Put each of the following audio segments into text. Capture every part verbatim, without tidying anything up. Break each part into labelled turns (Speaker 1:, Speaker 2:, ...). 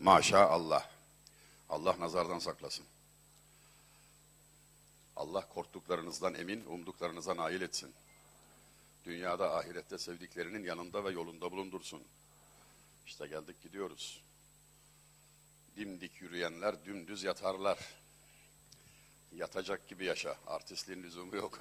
Speaker 1: Maşallah. Allah nazardan saklasın. Allah korktuklarınızdan emin, umduklarınıza nail etsin. Dünyada, ahirette sevdiklerinin yanında ve yolunda bulundursun. İşte geldik gidiyoruz. Dimdik yürüyenler dümdüz yatarlar. Yatacak gibi yaşa. Artistliğin lüzumu yok.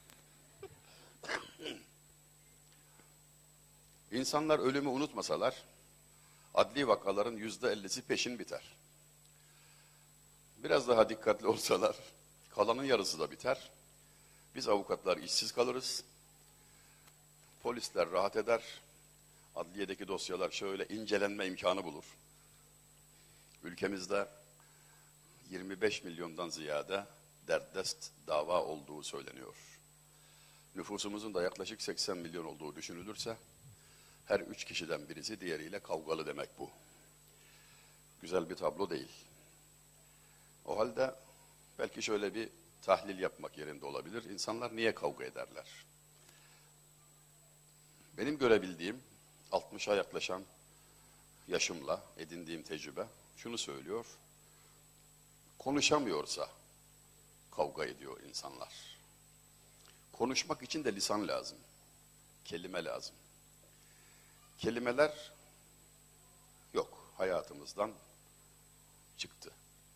Speaker 1: İnsanlar ölümü unutmasalar, adli vakaların yüzde ellisi peşin biter. Biraz daha dikkatli olsalar, kalanın yarısı da biter. Biz avukatlar işsiz kalırız. Polisler rahat eder. Adliyedeki dosyalar şöyle incelenme imkanı bulur. Ülkemizde yirmi beş milyondan ziyade derdest dava olduğu söyleniyor. Nüfusumuzun da yaklaşık seksen milyon olduğu düşünülürse, her üç kişiden birisi diğeriyle kavgalı demek bu. Güzel bir tablo değil. O halde belki şöyle bir tahlil yapmak yerinde olabilir. İnsanlar niye kavga ederler? Benim görebildiğim, altmışa yaklaşan yaşımla edindiğim tecrübe şunu söylüyor. Konuşamıyorsa kavga ediyor insanlar. Konuşmak için de lisan lazım. Kelime lazım. Kelimeler yok, hayatımızdan çıktı.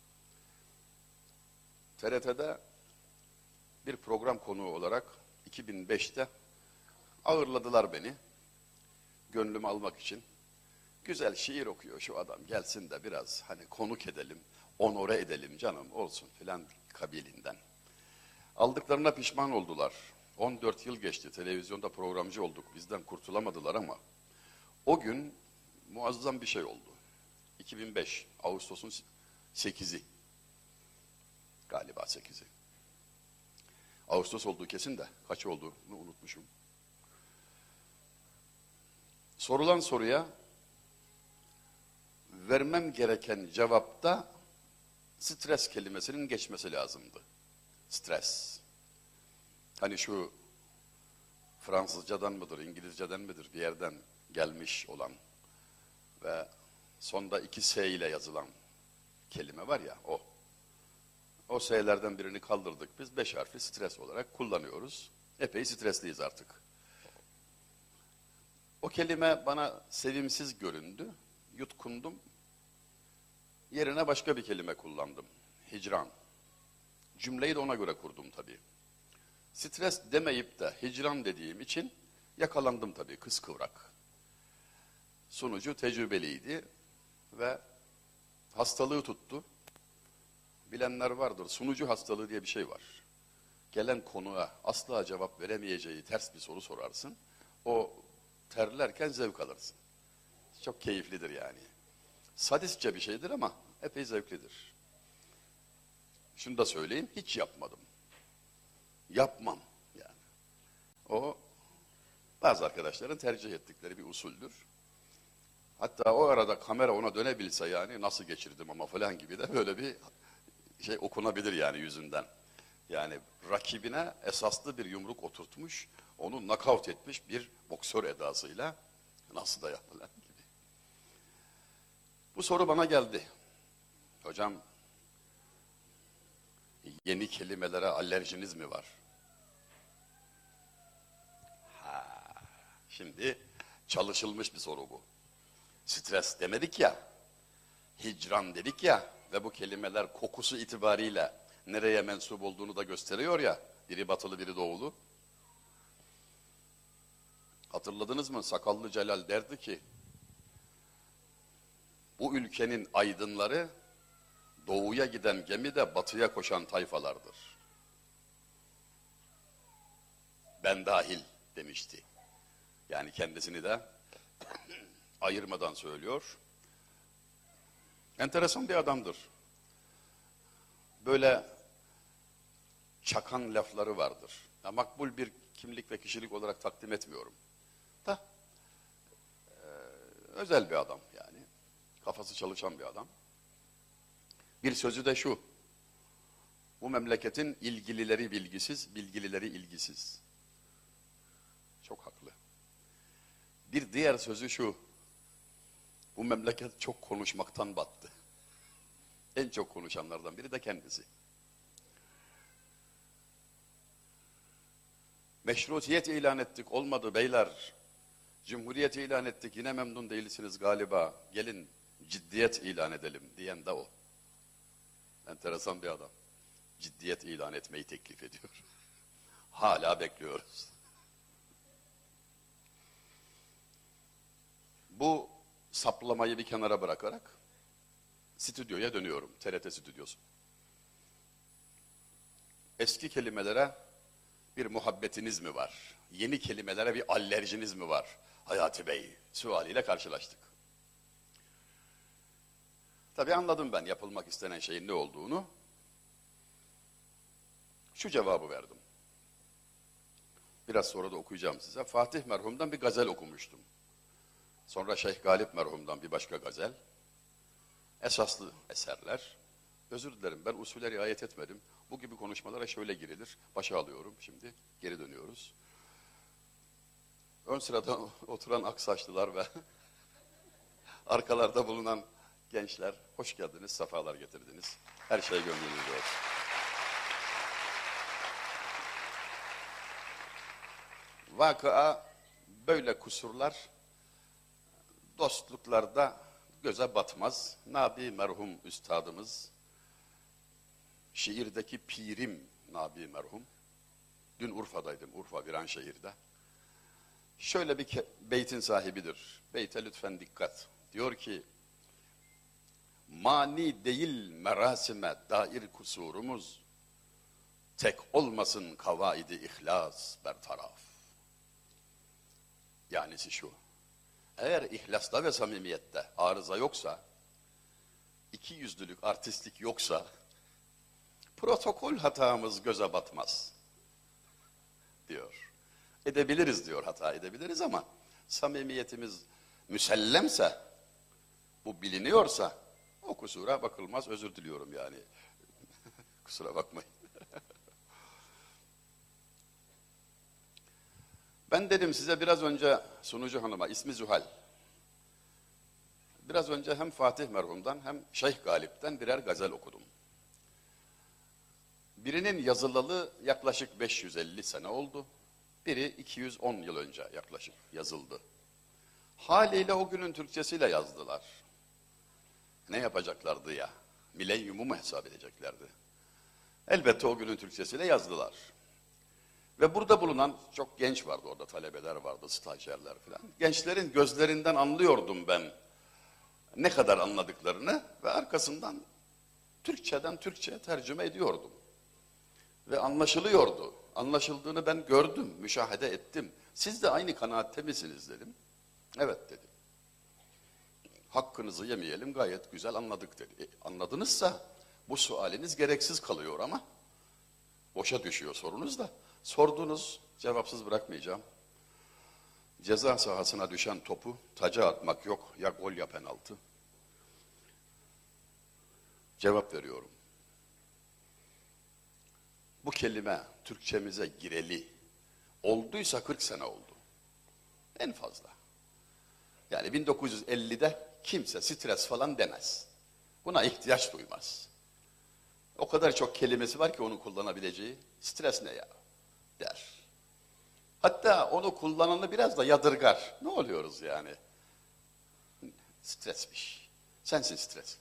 Speaker 1: T R T'de bir program konuğu olarak iki bin beşte ağırladılar beni. Gönlümü almak için. Güzel şiir okuyor şu adam, gelsin de biraz hani konuk edelim, onore edelim canım olsun filan kabilinden. Aldıklarına pişman oldular. on dört yıl geçti, televizyonda programcı olduk, bizden kurtulamadılar ama o gün muazzam bir şey oldu. iki bin beş, Ağustos'un sekizi. Galiba sekizi. Ağustos olduğu kesin de kaç olduğunu unutmuşum. Sorulan soruya vermem gereken cevapta stres kelimesinin geçmesi lazımdı. Stres. Hani şu Fransızcadan mıdır, İngilizceden midir bir yerden gelmiş olan ve sonda iki S ile yazılan kelime var ya o. O S'lerden birini kaldırdık biz, beş harfli stres olarak kullanıyoruz. Epey stresliyiz artık. O kelime bana sevimsiz göründü, yutkundum. Yerine başka bir kelime kullandım. Hicran. Cümleyi de ona göre kurdum tabii. Stres demeyip de hicran dediğim için yakalandım tabii kıskıvrak. Sunucu tecrübeliydi ve hastalığı tuttu. Bilenler vardır, sunucu hastalığı diye bir şey var. Gelen konuğa asla cevap veremeyeceği ters bir soru sorarsın. O terlerken zevk alırsın. Çok keyiflidir yani. Sadistçe bir şeydir ama epey zevklidir. Şunu da söyleyeyim, hiç yapmadım. Yapmam yani. O bazı arkadaşların tercih ettikleri bir usuldür. Hatta o arada kamera ona dönebilse yani nasıl geçirdim ama falan gibi de böyle bir şey okunabilir yani yüzünden. Yani rakibine esaslı bir yumruk oturtmuş, onu knockout etmiş bir boksör edasıyla nasıl da yapılan gibi. Bu soru bana geldi. Hocam, yeni kelimelere alerjiniz mi var? Ha, şimdi çalışılmış bir soru bu. Stres demedik ya, hicran dedik ya ve bu kelimeler kokusu itibariyle nereye mensup olduğunu da gösteriyor ya, biri batılı biri doğulu. Hatırladınız mı? Sakallı Celal derdi ki, bu ülkenin aydınları doğuya giden gemide batıya koşan tayfalardır. Ben dahil demişti. Yani kendisini de ayırmadan söylüyor. Enteresan bir adamdır. Böyle çakan lafları vardır. Ya, makbul bir kimlik ve kişilik olarak takdim etmiyorum. Da e, özel bir adam yani. Kafası çalışan bir adam. Bir sözü de şu. Bu memleketin ilgilileri bilgisiz, bilgilileri ilgisiz. Çok haklı. Bir diğer sözü şu. Bu memleket çok konuşmaktan battı. En çok konuşanlardan biri de kendisi. Meşrutiyet ilan ettik, olmadı beyler. Cumhuriyet ilan ettik, yine memnun değilsiniz galiba. Gelin ciddiyet ilan edelim diyen de o. Enteresan bir adam. Ciddiyet ilan etmeyi teklif ediyor. Hala bekliyoruz. Bu saplamayı bir kenara bırakarak stüdyoya dönüyorum. T R T stüdyosu. Eski kelimelere bir muhabbetiniz mi var? Yeni kelimelere bir alerjiniz mi var? Hayati Bey sualiyle karşılaştık. Tabii anladım ben yapılmak istenen şeyin ne olduğunu. Şu cevabı verdim. Biraz sonra da okuyacağım size. Fatih merhumdan bir gazel okumuştum. Sonra Şeyh Galip merhumdan bir başka gazel. Esaslı eserler. Özür dilerim, ben usule riayet etmedim. Bu gibi konuşmalara şöyle girilir. Başa alıyorum şimdi. Geri dönüyoruz. Ön sırada oturan aksaçlılar ve arkalarda bulunan gençler, hoş geldiniz, sefalar getirdiniz. Her şey gönlünüzde olsun. Vakıa böyle kusurlar dostluklarda göze batmaz. Nabi merhum üstadımız, şiirdeki pirim Nabi merhum, dün Urfa'daydım, Urfa Viranşehir'de. Şöyle bir beytin sahibidir. Beyte lütfen dikkat. Diyor ki, mani değil merasime dair kusurumuz, tek olmasın kavaidi ihlas bertaraf. Yanisi şu, eğer ihlasta ve samimiyette arıza yoksa, iki yüzlülük, artistlik yoksa, protokol hatamız göze batmaz, diyor. Edebiliriz diyor, hata edebiliriz ama samimiyetimiz müsellemse, bu biliniyorsa, o kusura bakılmaz, özür diliyorum yani. Kusura bakmayın. Ben dedim size biraz önce sunucu hanıma, ismi Zühal. Biraz önce hem Fatih merhumdan hem Şeyh Galip'ten birer gazel okudum. Birinin yazılalı yaklaşık beş yüz elli sene oldu. Biri iki yüz on yıl önce yaklaşık yazıldı. Haliyle o günün Türkçesiyle yazdılar. Ne yapacaklardı ya? Milenyumu mu hesap edeceklerdi? Elbette o günün Türkçesiyle yazdılar. Ve burada bulunan çok genç vardı, orada talebeler vardı, stajyerler falan. Gençlerin gözlerinden anlıyordum ben ne kadar anladıklarını ve arkasından Türkçeden Türkçe'ye tercüme ediyordum. Ve anlaşılıyordu. Anlaşıldığını ben gördüm, müşahede ettim. Siz de aynı kanaatte misiniz dedim. Evet dedi. Hakkınızı yemeyelim, gayet güzel anladık dedi. E, anladınızsa bu sualiniz gereksiz kalıyor ama boşa düşüyor sorunuz da. Sordunuz, cevapsız bırakmayacağım. Ceza sahasına düşen topu taca atmak yok, ya gol ya penaltı. Cevap veriyorum. Bu kelime Türkçemize gireli olduysa kırk sene oldu. En fazla. Yani bin dokuz yüz ellide kimse stres falan demez. Buna ihtiyaç duymaz. O kadar çok kelimesi var ki onu kullanabileceği. Stres ne ya? Der. Hatta onu kullananı biraz da yadırgar. Ne oluyoruz yani? Stresmiş. Sensin stres.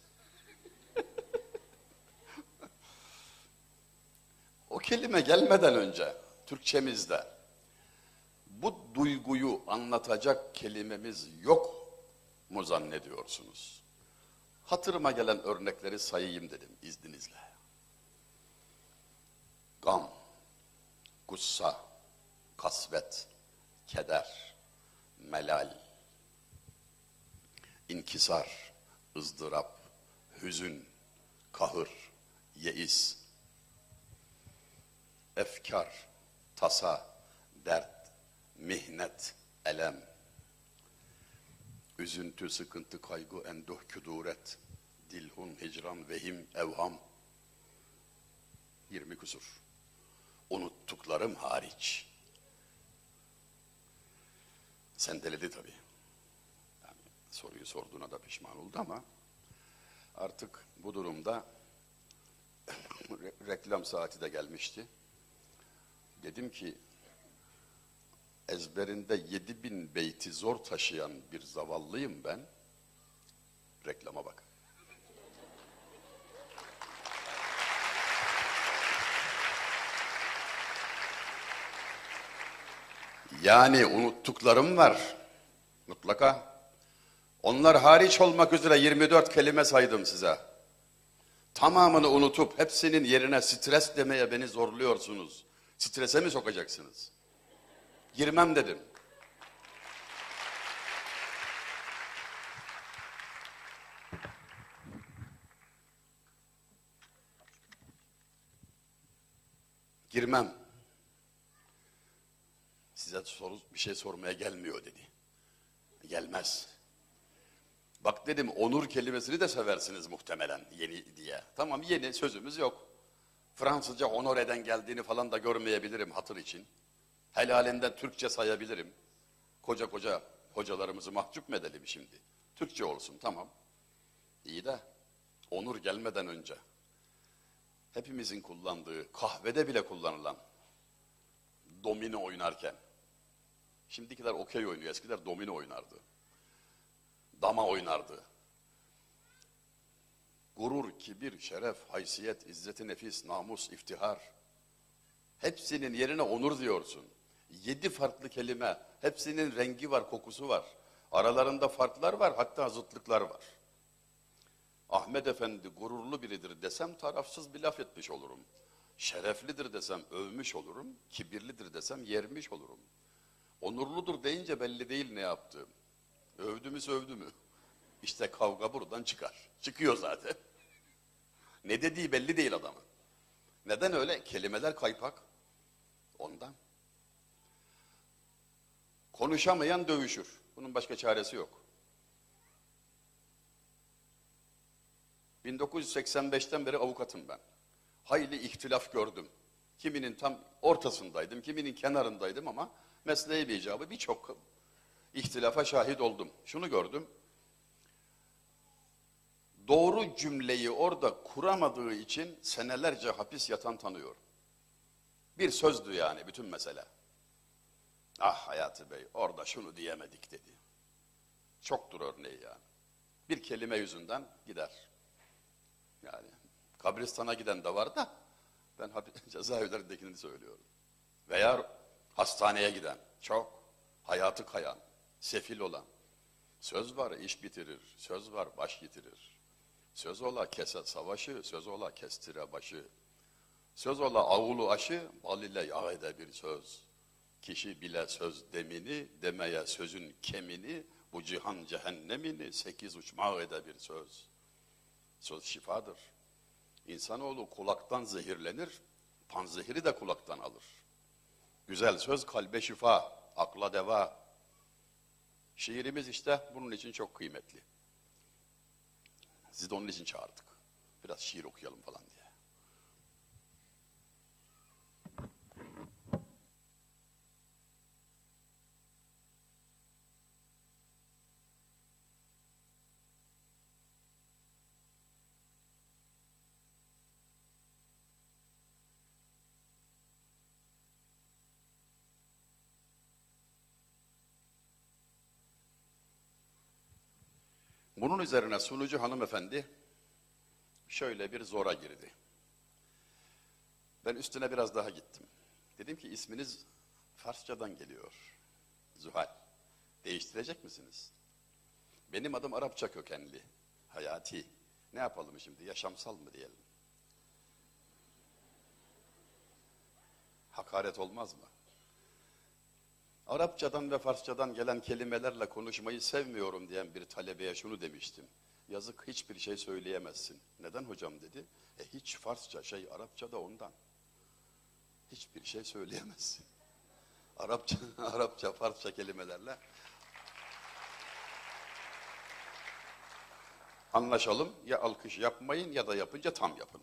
Speaker 1: O kelime gelmeden önce Türkçemizde bu duyguyu anlatacak kelimemiz yok mu zannediyorsunuz? Hatırıma gelen örnekleri sayayım dedim izninizle. Gam, gussa, kasvet, keder, melal, inkisar, ızdırap, hüzün, kahır, yeis, efkar, tasa, dert, mihnet, elem, üzüntü, sıkıntı, kaygı, enduh, küduret, dilhun, hicran, vehim, evham, yirmi kusur. Unuttuklarım hariç. Sendeledi tabii. Yani Soruyu sorduğuna da pişman oldu ama artık bu durumda reklam saati de gelmişti. Dedim ki ezberinde yedi bin beyti zor taşıyan bir zavallıyım ben. Reklama bak. Yani unuttuklarım var. Mutlaka. Onlar hariç olmak üzere yirmi dört kelime saydım size. Tamamını unutup hepsinin yerine stres demeye beni zorluyorsunuz. Strese mi sokacaksınız? Girmem dedim. Girmem. Size soru, bir şey sormaya gelmiyor dedi. Gelmez. Bak dedim, onur kelimesini de seversiniz muhtemelen yeni diye. Tamam, yeni sözümüz yok. Fransızca honoreden geldiğini falan da görmeyebilirim hatır için. Helalinden Türkçe sayabilirim. Koca koca hocalarımızı mahcup mu edelim şimdi? Türkçe olsun, tamam. İyi de onur gelmeden önce hepimizin kullandığı, kahvede bile kullanılan domino oynarken, şimdikiler okey oynuyor, eskiler domino oynardı. Dama oynardı. Gurur, kibir, şeref, haysiyet, izzet-i nefis, namus, iftihar. Hepsinin yerine onur diyorsun. Yedi farklı kelime, hepsinin rengi var, kokusu var. Aralarında farklar var, hatta zıtlıklar var. Ahmet Efendi gururlu biridir desem tarafsız bir laf etmiş olurum. Şereflidir desem övmüş olurum. Kibirlidir desem yermiş olurum. Onurludur deyince belli değil ne yaptığım. Övdü mü sövdü mü? İşte kavga buradan çıkar. Çıkıyor zaten. Ne dediği belli değil adamın. Neden öyle? Kelimeler kaypak. Ondan. Konuşamayan dövüşür. Bunun başka çaresi yok. bin dokuz yüz seksen beşten beri avukatım ben. Hayli ihtilaf gördüm. Kiminin tam ortasındaydım, kiminin kenarındaydım ama mesleği bir icabı birçok ihtilafa şahit oldum. Şunu gördüm. Doğru cümleyi orada kuramadığı için senelerce hapis yatan tanıyorum. Bir sözdü yani bütün mesele. Ah Hayati Bey, orada şunu diyemedik dedi. Çoktur örneği yani. Bir kelime yüzünden gider. Yani kabristana giden de var da ben cezaevlerindekini söylüyorum. Veya hastaneye giden, çok hayatı kayan, sefil olan. Söz var iş bitirir, söz var baş yitirir. Söz ola kese savaşı, söz ola kestire başı. Söz ola avulu aşı, bal ile yağ ede bir söz. Kişi bile söz demini, demeye sözün kemini, bu cihan cehennemini sekiz uçmağı ede bir söz. Söz şifadır. İnsanoğlu kulaktan zehirlenir, panzehiri de kulaktan alır. Güzel söz kalbe şifa, akla deva. Şiirimiz işte bunun için çok kıymetli. Sizi de onun için çağırdık. Biraz şiir okuyalım falan diye. Bunun üzerine sunucu hanımefendi şöyle bir zora girdi. Ben üstüne biraz daha gittim. Dedim ki isminiz Farsçadan geliyor. Zuhal. Değiştirecek misiniz? Benim adım Arapça kökenli. Hayati. Ne yapalım şimdi? Yaşamsal mı diyelim? Hakaret olmaz mı? Arapçadan ve Farsçadan gelen kelimelerle konuşmayı sevmiyorum diyen bir talebeye şunu demiştim. Yazık hiçbir şey söyleyemezsin. Neden hocam dedi. E hiç Farsça şey Arapça da ondan. Hiçbir şey söyleyemezsin. Arapça, Arapça, Farsça kelimelerle anlaşalım. Ya alkış yapmayın ya da yapınca tam yapın.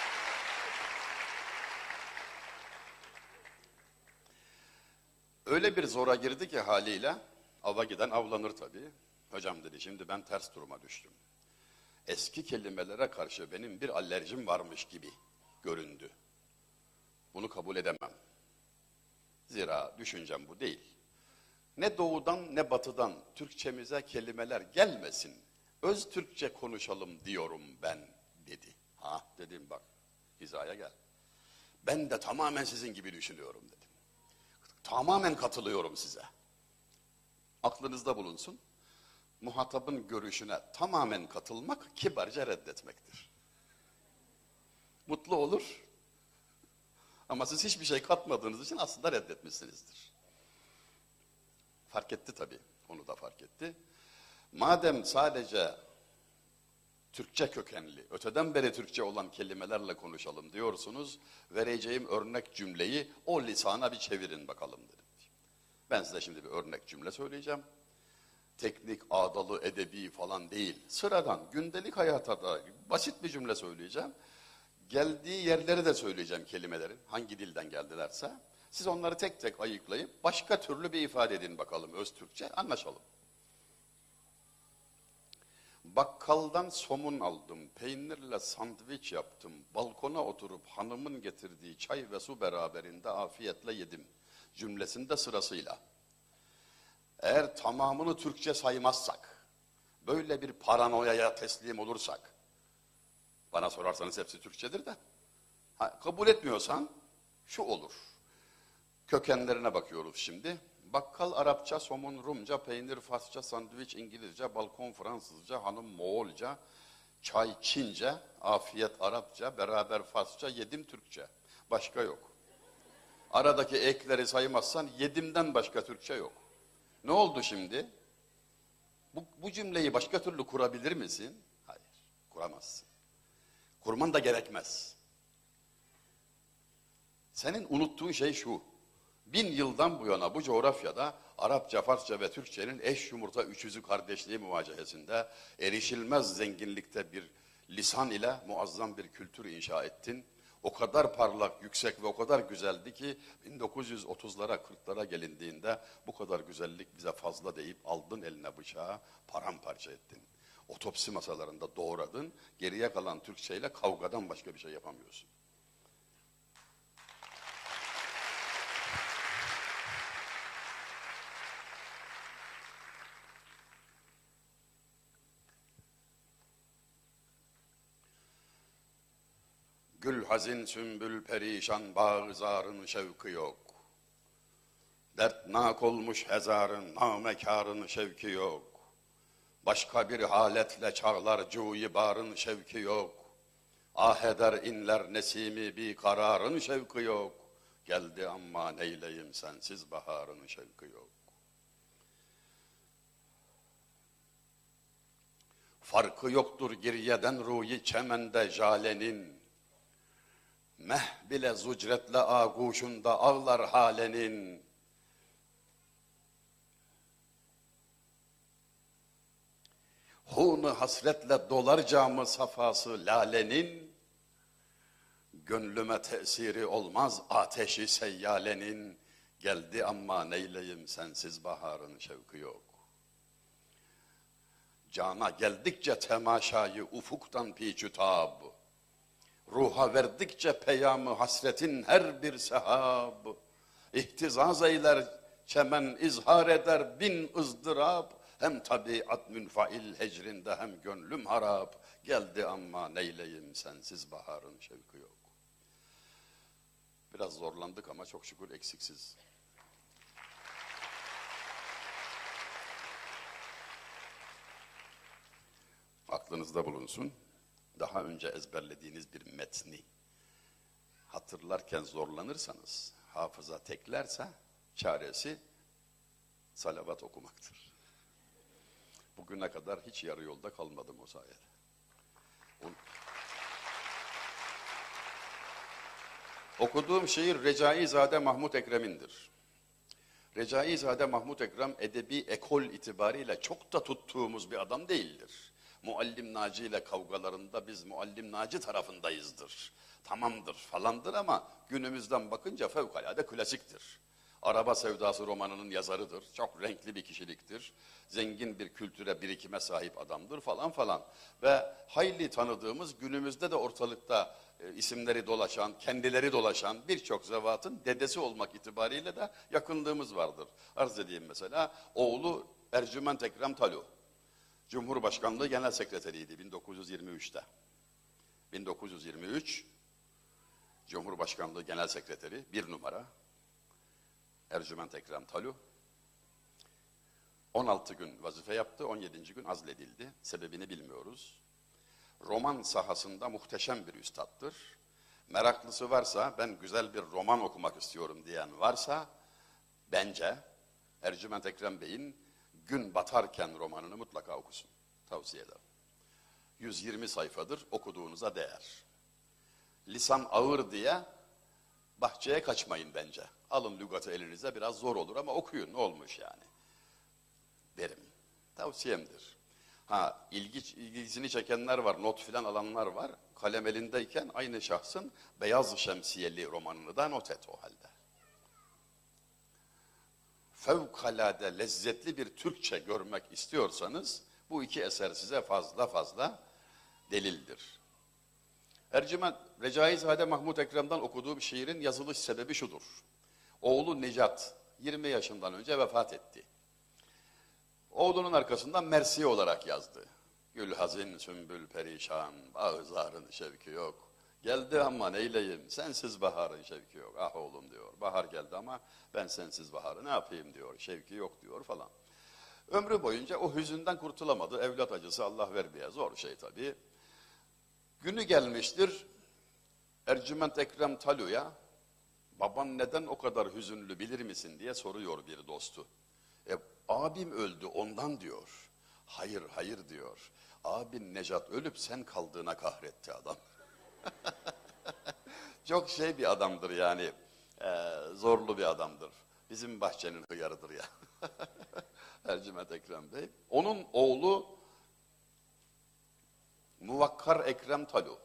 Speaker 1: Öyle Öyle bir zora girdi ki haliyle, ava giden avlanır tabii. Hocam dedi, şimdi ben ters duruma düştüm. Eski kelimelere karşı benim bir alerjim varmış gibi göründü. Bunu kabul edemem. Zira düşüncem bu değil. Ne doğudan ne batıdan Türkçemize kelimeler gelmesin. Öz Türkçe konuşalım diyorum ben dedi. Ha dedim bak, hizaya gel. Ben de tamamen sizin gibi düşünüyorum dedim. Tamamen katılıyorum size. Aklınızda bulunsun. Muhatabın görüşüne tamamen katılmak kibarca reddetmektir. Mutlu olur. Ama siz hiçbir şey katmadığınız için aslında reddetmişsinizdir. Fark etti tabii. Onu da fark etti. Madem sadece Türkçe kökenli, öteden beri Türkçe olan kelimelerle konuşalım diyorsunuz, vereceğim örnek cümleyi o lisana bir çevirin bakalım dedim. Ben size şimdi bir örnek cümle söyleyeceğim. Teknik, ağdalı, edebi falan değil. Sıradan, gündelik hayata da basit bir cümle söyleyeceğim. Geldiği yerleri de söyleyeceğim kelimelerin, hangi dilden geldilerse. Siz onları tek tek ayıklayıp başka türlü bir ifade edin bakalım öz Türkçe, anlaşalım. Bakkaldan somun aldım, peynirle sandviç yaptım, balkona oturup hanımın getirdiği çay ve su beraberinde afiyetle yedim cümlesinde sırasıyla. Eğer tamamını Türkçe saymazsak, böyle bir paranoyaya teslim olursak, bana sorarsanız hepsi Türkçedir de, ha, kabul etmiyorsan şu olur. Kökenlerine bakıyoruz şimdi. Bakkal Arapça, somun Rumca, peynir Farsça, sandviç İngilizce, balkon Fransızca, hanım Moğolca, çay Çince, afiyet Arapça, beraber Farsça, yedim Türkçe. Başka yok. Aradaki ekleri saymazsan yedimden başka Türkçe yok. Ne oldu şimdi? Bu, bu cümleyi başka türlü kurabilir misin? Hayır, kuramazsın. Kurman da gerekmez. Senin unuttuğun şey şu. Bin yıldan bu yana bu coğrafyada Arapça, Farsça ve Türkçenin eş yumurta üçüzü kardeşliği muvacehesinde erişilmez zenginlikte bir lisan ile muazzam bir kültür inşa ettin. O kadar parlak, yüksek ve o kadar güzeldi ki bin dokuz yüz otuzlara, kırklara gelindiğinde bu kadar güzellik bize fazla deyip aldın eline bıçağı, paramparça ettin. Otopsi masalarında doğradın, geriye kalan Türkçeyle kavgadan başka bir şey yapamıyorsun. Gül hazin sümbül perişan bağızarın şevki yok. Dertnak olmuş hezarın namekarın şevki yok. Başka bir haletle çağlar cuyi barın şevki yok. Ah eder inler nesimi bir kararın şevki yok. Geldi ama neyleyim sensiz baharın şevki yok. Farkı yoktur giryeden ruyi çemende jalenin. Meh bile zucretle ağuşunda ağlar halenin. Hûn-ı hasretle dolar camı safası lalenin. Gönlüme tesiri olmaz ateşi seyyalenin. Geldi ama neyleyim sensiz baharın şevki yok. Cana geldikçe temaşayı ufuktan piçütab. Ruha verdikçe peyamı hasretin her bir sehab. İhtizaz eyler çemen izhar eder bin ızdırap. Hem tabiat münfail hecrində hem gönlüm harap. Geldi ama neyleyim sensiz baharın şevki yok. Biraz zorlandık ama çok şükür eksiksiz. Aklınızda bulunsun. Daha önce ezberlediğiniz bir metni hatırlarken zorlanırsanız, hafıza teklerse çaresi salavat okumaktır. Bugüne kadar hiç yarı yolda kalmadım o sayede. On... Okuduğum şiir Recaizade Mahmut Ekrem'indir. Recaizade Mahmut Ekrem edebi ekol itibariyle çok da tuttuğumuz bir adam değildir. Muallim Naci ile kavgalarında biz Muallim Naci tarafındayızdır. Tamamdır falandır ama günümüzden bakınca fevkalade klasiktir. Araba Sevdası romanının yazarıdır. Çok renkli bir kişiliktir. Zengin bir kültüre, birikime sahip adamdır falan falan. Ve hayli tanıdığımız, günümüzde de ortalıkta e, isimleri dolaşan, kendileri dolaşan birçok zevatın dedesi olmak itibariyle de yakınlığımız vardır. Arz edeyim mesela, oğlu Ercüment Ekrem Talu. Cumhurbaşkanlığı Genel Sekreteriydi bin dokuz yüz yirmi üçte. bin dokuz yüz yirmi üç Cumhurbaşkanlığı Genel Sekreteri bir numara Ercüment Ekrem Talu. on altı gün vazife yaptı, on yedinci gün azledildi. Sebebini bilmiyoruz. Roman sahasında muhteşem bir üstattır. Meraklısı varsa, ben güzel bir roman okumak istiyorum diyen varsa, bence Ercüment Ekrem Bey'in Gün Batarken romanını mutlaka okusun. Tavsiye ederim. yüz yirmi sayfadır, okuduğunuza değer. Lisan ağır diye bahçeye kaçmayın bence. Alın lügatı elinize, biraz zor olur ama okuyun, ne olmuş yani. Derim. Tavsiyemdir. Ha, ilgi, ilgisini çekenler var, not filan alanlar var. Kalem elindeyken aynı şahsın Beyaz Şemsiyeli romanını da not et o halde. Fevkalade lezzetli bir Türkçe görmek istiyorsanız bu iki eser size fazla fazla delildir. Ercüment, Recaizade Mahmud Ekrem'den okuduğu bir şiirin yazılış sebebi şudur. Oğlu Necat yirmi yaşından önce vefat etti. Oğlunun arkasından Mersiye olarak yazdı. Gül hazin, sümbül perişan, bağızarın şevki yok. Geldi ama neyleyim, sensiz baharın şevki yok. Ah oğlum diyor, bahar geldi ama ben sensiz baharı ne yapayım diyor, şevki yok diyor falan. Ömrü boyunca o hüzünden kurtulamadı. Evlat acısı Allah vermeye zor şey tabii. Günü gelmiştir, Ercüment Ekrem Talu'ya, baban neden o kadar hüzünlü bilir misin diye soruyor bir dostu. E, abim öldü ondan diyor. Hayır hayır diyor. Abin Necat ölüp sen kaldığına kahretti adam. Çok şey bir adamdır yani. E, zorlu bir adamdır. Bizim bahçenin hıyarıdır ya. Ercüment Ekrem Bey. Onun oğlu Muvakkar Ekrem Talu.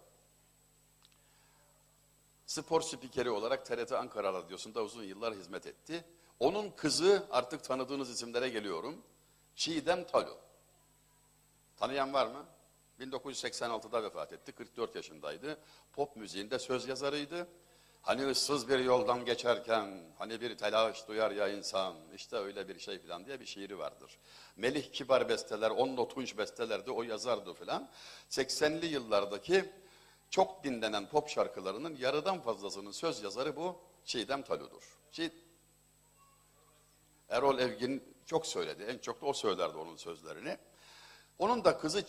Speaker 1: Spor spikeri olarak T R T Ankara Radyosu'nda uzun yıllar hizmet etti. Onun kızı, artık tanıdığınız isimlere geliyorum, Çiğdem Talu. Tanıyan var mı? bin dokuz yüz seksen altıda vefat etti, kırk dört yaşındaydı. Pop müziğinde söz yazarıydı. Hani ıssız bir yoldan geçerken, hani bir telaş duyar ya insan, işte öyle bir şey falan diye bir şiiri vardır. Melih Kibar besteler, onunla Tunç bestelerdi, o yazardı falan. seksenli yıllardaki çok dinlenen pop şarkılarının yarıdan fazlasının söz yazarı bu Çiğdem Talu'dur. Çiğ... Erol Evgin çok söyledi, en çok da o söylerdi onun sözlerini. Onun da kızı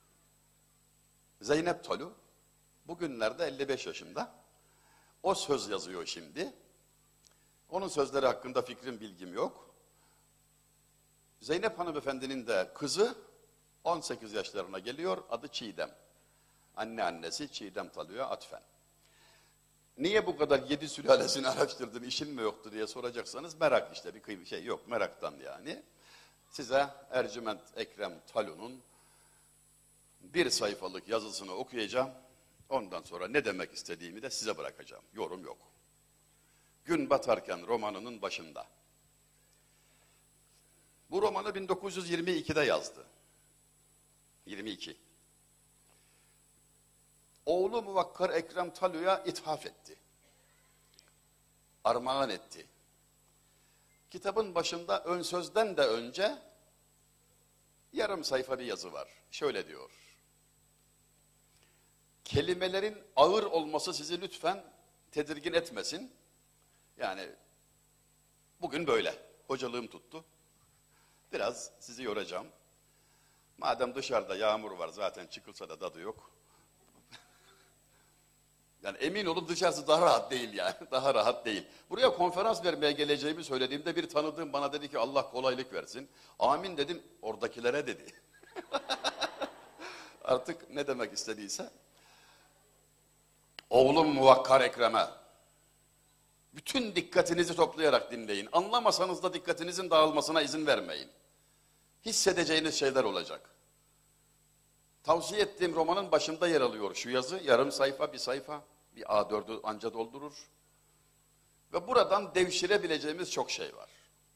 Speaker 1: Zeynep Talu, bugünlerde elli beş yaşında. O söz yazıyor şimdi. Onun sözleri hakkında fikrim, bilgim yok. Zeynep hanımefendinin de kızı on sekiz yaşlarına geliyor, adı Çiğdem. Anne annesi Çiğdem Talu'ya atfen. Niye bu kadar yedi sülalesini araştırdın, işin mi yoktu diye soracaksanız merak işte, bir kıyım şey yok, meraktan yani. Size Ercüment Ekrem Talu'nun bir sayfalık yazısını okuyacağım. Ondan sonra ne demek istediğimi de size bırakacağım. Yorum yok. Gün Batarken romanının başında. Bu romanı bin dokuz yüz yirmi ikide yazdı. yirmi iki. Oğlu Muvakkar Ekrem Talu'ya ithaf etti. Armağan etti. Kitabın başında ön sözden de önce yarım sayfa bir yazı var. Şöyle diyor. Kelimelerin ağır olması sizi lütfen tedirgin etmesin. Yani bugün böyle. Hocalığım tuttu. Biraz sizi yoracağım. Madem dışarıda yağmur var, zaten çıkılsa da tadı yok. Yani emin olun dışarısı daha rahat değil yani. Daha rahat değil. Buraya konferans vermeye geleceğimi söylediğimde bir tanıdığım bana dedi ki Allah kolaylık versin. Amin dedim, oradakilere dedi. Artık ne demek istediyse. Oğlum Muvakkar Ekrem'e bütün dikkatinizi toplayarak dinleyin. Anlamasanız da dikkatinizin dağılmasına izin vermeyin. Hissedeceğiniz şeyler olacak. Tavsiye ettiğim romanın başında yer alıyor şu yazı. Yarım sayfa, bir sayfa, bir A dördü anca doldurur. Ve buradan devşirebileceğimiz çok şey var.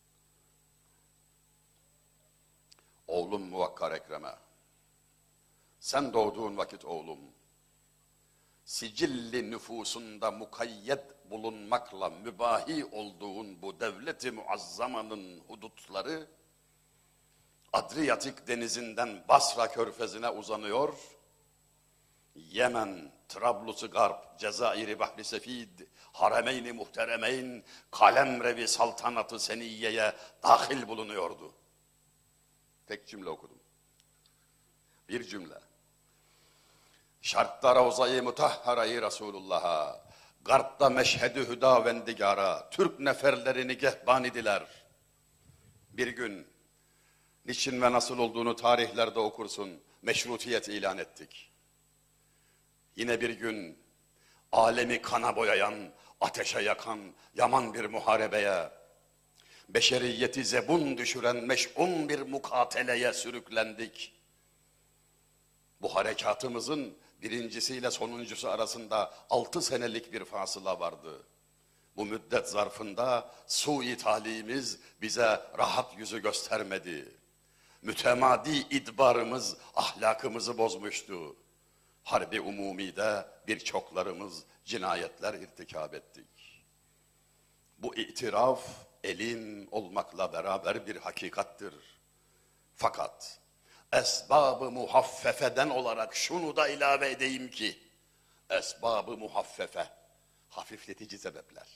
Speaker 1: Oğlum Muvakkar Ekrem'e, sen doğduğun vakit oğlum, sicilli nüfusunda mukayyet bulunmakla mübahi olduğun bu devleti muazzamanın hudutları, Adriyatik denizinden Basra körfezine uzanıyor, Yemen, Trablus'u Garp, Cezayir-i Bahri Sefid, Haremeyn-i Muhteremeyn, Kalemrevi Saltanatı Seniyye'ye dahil bulunuyordu. Tek cümle okudum. Bir cümle. Şarkta Ravza-i Mutahhara-i Resulullah'a, Garp'ta Meşhed-i Hüda Vendigara, Türk neferlerini gehban idiler. Bir gün, niçin ve nasıl olduğunu tarihlerde okursun, meşrutiyet ilan ettik. Yine bir gün, alemi kana boyayan, ateşe yakan, yaman bir muharebeye, beşeriyeti zebun düşüren meş'um bir mukateleye sürüklendik. Bu harekatımızın birincisiyle sonuncusu arasında altı senelik bir fasıla vardı. Bu müddet zarfında sui talimiz bize rahat yüzü göstermedi. Mütemadi idbarımız ahlakımızı bozmuştu. Harbi umumide birçoklarımız cinayetler irtikab ettik. Bu itiraf elin olmakla beraber bir hakikattir. Fakat esbab-ı muhaffefeden olarak şunu da ilave edeyim ki, esbab-ı muhaffefe, hafifletici sebepler.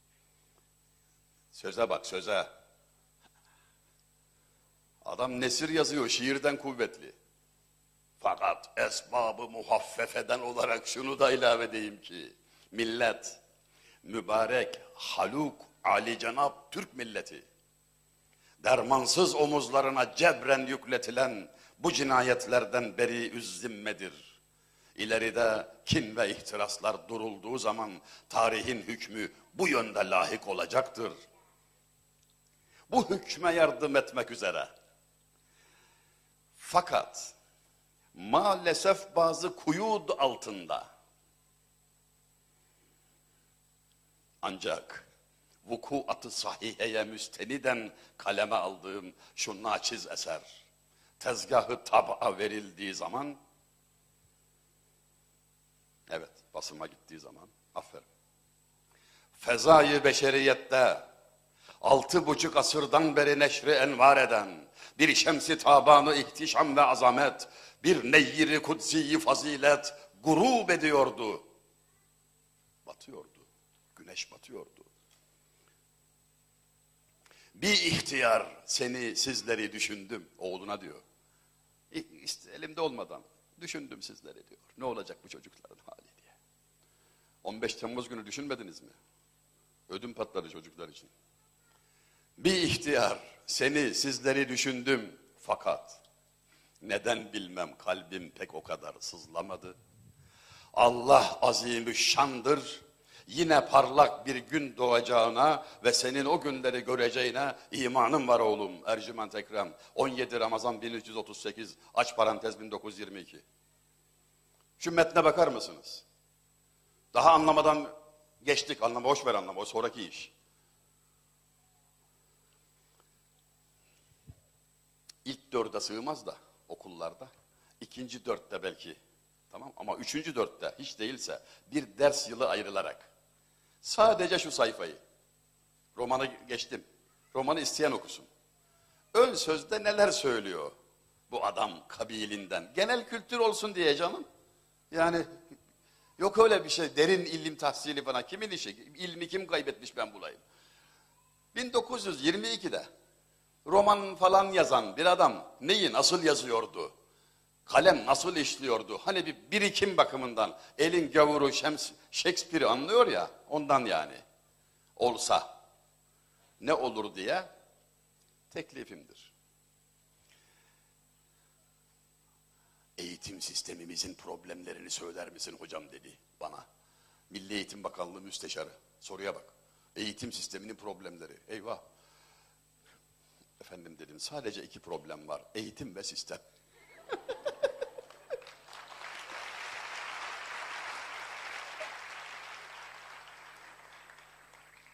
Speaker 1: Söze bak, söze. Adam nesir yazıyor, şiirden kuvvetli. Fakat esbab-ı muhaffefeden olarak şunu da ilave edeyim ki, millet, mübarek, haluk, âli-cenab Türk milleti, dermansız omuzlarına cebren yükletilen bu cinayetlerden beri-üz zimmedir. İleride kin ve ihtiraslar durulduğu zaman tarihin hükmü bu yönde layık olacaktır. Bu hükme yardım etmek üzere. Fakat maalesef bazı kuyud altında, ancak vukuat-ı sahiheye müsteniden kaleme aldığım şu naçiz eser, tezgahı tab'a verildiği zaman, evet basıma gittiği zaman, aferin, fezai beşeriyette altı buçuk asırdan beri neşri envar eden bir şems-i tabanı ihtişam ve azamet, bir neyyir-i kudsi fazilet gurub ediyordu. Batıyordu. Güneş batıyordu. Bir ihtiyar seni, sizleri düşündüm. Oğluna diyor. İşte elimde olmadan düşündüm sizleri diyor. Ne olacak bu çocukların hali diye. on beş Temmuz günü düşünmediniz mi? Ödüm patladı çocuklar için. Bir ihtiyar seni, sizleri düşündüm. Fakat neden bilmem kalbim pek o kadar sızlamadı. Allah azimüşşandır. Yine parlak bir gün doğacağına ve senin o günleri göreceğine imanım var oğlum. Ercüment Ekrem, on yedi Ramazan bin üç yüz otuz sekiz, aç parantez bin dokuz yüz yirmi iki. Şu metne bakar mısınız? Daha anlamadan geçtik, anlama, boş ver anlama, o sonraki iş. İlk dörde sığmaz da okullarda, ikinci dörtte belki, tamam, ama üçüncü dörtte hiç değilse bir ders yılı ayrılarak, sadece şu sayfayı, romanı geçtim, romanı isteyen okusun. Ön sözde neler söylüyor bu adam kabilinden, genel kültür olsun diye canım, yani yok öyle bir şey, derin ilim tahsili bana, kimin işi, ilmi kim kaybetmiş ben bulayım. bin dokuz yüz yirmi ikide roman falan yazan bir adam neyi nasıl yazıyordu? Kalem nasıl işliyordu? Hani bir birikim bakımından elin gavuru Şems, Shakespeare'i anlıyor ya, ondan yani. Olsa ne olur diye teklifimdir. Eğitim sistemimizin problemlerini söyler misin hocam dedi bana. Milli Eğitim Bakanlığı müsteşarı. Soruya bak. Eğitim sisteminin problemleri. Eyvah. Efendim dedim, sadece iki problem var. Eğitim ve sistem.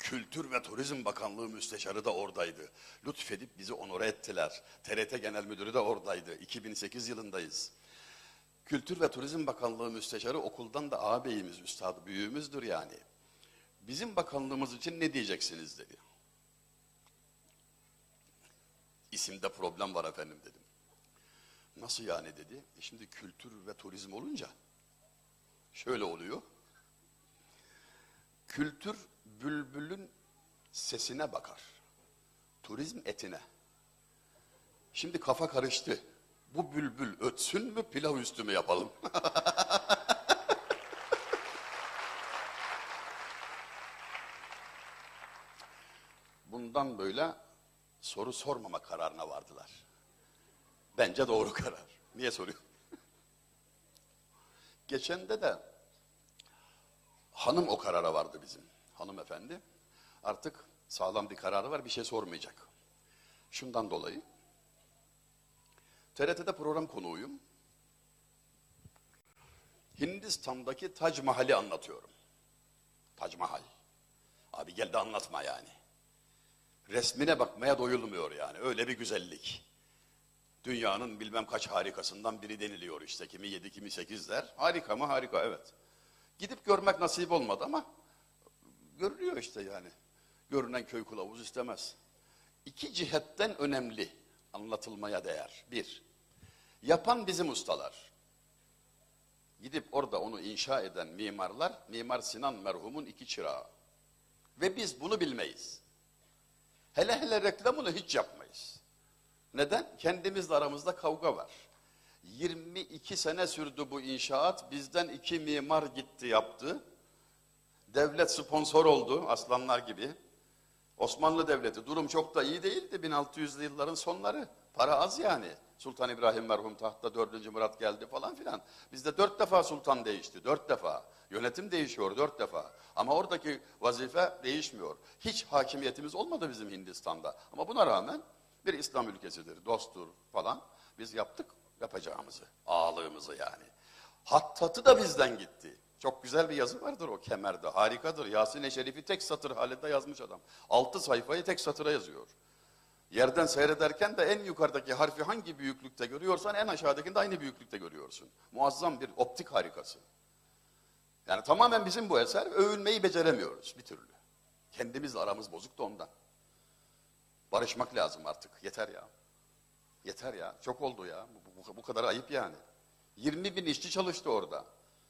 Speaker 1: Kültür ve Turizm Bakanlığı Müsteşarı da oradaydı. Lütfedip bizi onore ettiler. T R T Genel Müdürü de oradaydı. iki bin sekiz yılındayız. Kültür ve Turizm Bakanlığı Müsteşarı okuldan da ağabeyimiz, üstad, büyüğümüzdür yani. Bizim bakanlığımız için ne diyeceksiniz dedi. İsimde problem var efendim dedim. Nasıl yani dedi. E şimdi kültür ve turizm olunca şöyle oluyor. Kültür bülbülün sesine bakar. Turizm etine. Şimdi kafa karıştı. Bu bülbül ötsün mü, pilav üstü mü yapalım? Bundan böyle soru sormama kararına vardılar. Bence doğru karar. Niye soruyor? Geçende de hanım o karara vardı bizim. Hanımefendi. Artık sağlam bir kararı var, bir şey sormayacak. Şundan dolayı. T R T'de program konuğuyum. Hindistan'daki Tac Mahal'i anlatıyorum. Tac Mahal. Abi gel de anlatma yani. Resmine bakmaya doyulmuyor yani. Öyle bir güzellik. Dünyanın bilmem kaç harikasından biri deniliyor işte. Kimi yedi, kimi sekizler. Harika mı? Harika, evet. Gidip görmek nasip olmadı ama görülüyor işte yani. Görünen köy kılavuz istemez. İki cihetten önemli, anlatılmaya değer. Bir, yapan bizim ustalar. Gidip orada onu inşa eden mimarlar, Mimar Sinan merhumun iki çırağı. Ve biz bunu bilmeyiz. Hele hele reklamını hiç yapmayız. Neden? Kendimizle aramızda kavga var. yirmi iki sene sürdü bu inşaat, bizden iki mimar gitti yaptı. Devlet sponsor oldu, aslanlar gibi. Osmanlı Devleti, durum çok da iyi değildi bin altı yüzlü yılların sonları. Para az yani. Sultan İbrahim merhum tahtta, dördüncü Murat geldi falan filan. Bizde dört defa sultan değişti, dört defa. Yönetim değişiyor dört defa. Ama oradaki vazife değişmiyor. Hiç hakimiyetimiz olmadı bizim Hindistan'da. Ama buna rağmen bir İslam ülkesidir, dosttur falan. Biz yaptık yapacağımızı, ağalığımızı yani. Hattatı da bizden gitti. Çok güzel bir yazı vardır o kemerde, harikadır. Yasin-i Şerif'i tek satır halinde yazmış adam. Altı sayfayı tek satıra yazıyor. Yerden seyrederken de en yukarıdaki harfi hangi büyüklükte görüyorsan en aşağıdakini de aynı büyüklükte görüyorsun. Muazzam bir optik harikası. Yani tamamen bizim bu eser, övünmeyi beceremiyoruz bir türlü. Kendimizle aramız bozuk da ondan. Barışmak lazım artık, yeter ya. Yeter ya, çok oldu ya, bu, bu, bu kadar ayıp yani. yirmi bin işçi çalıştı orada.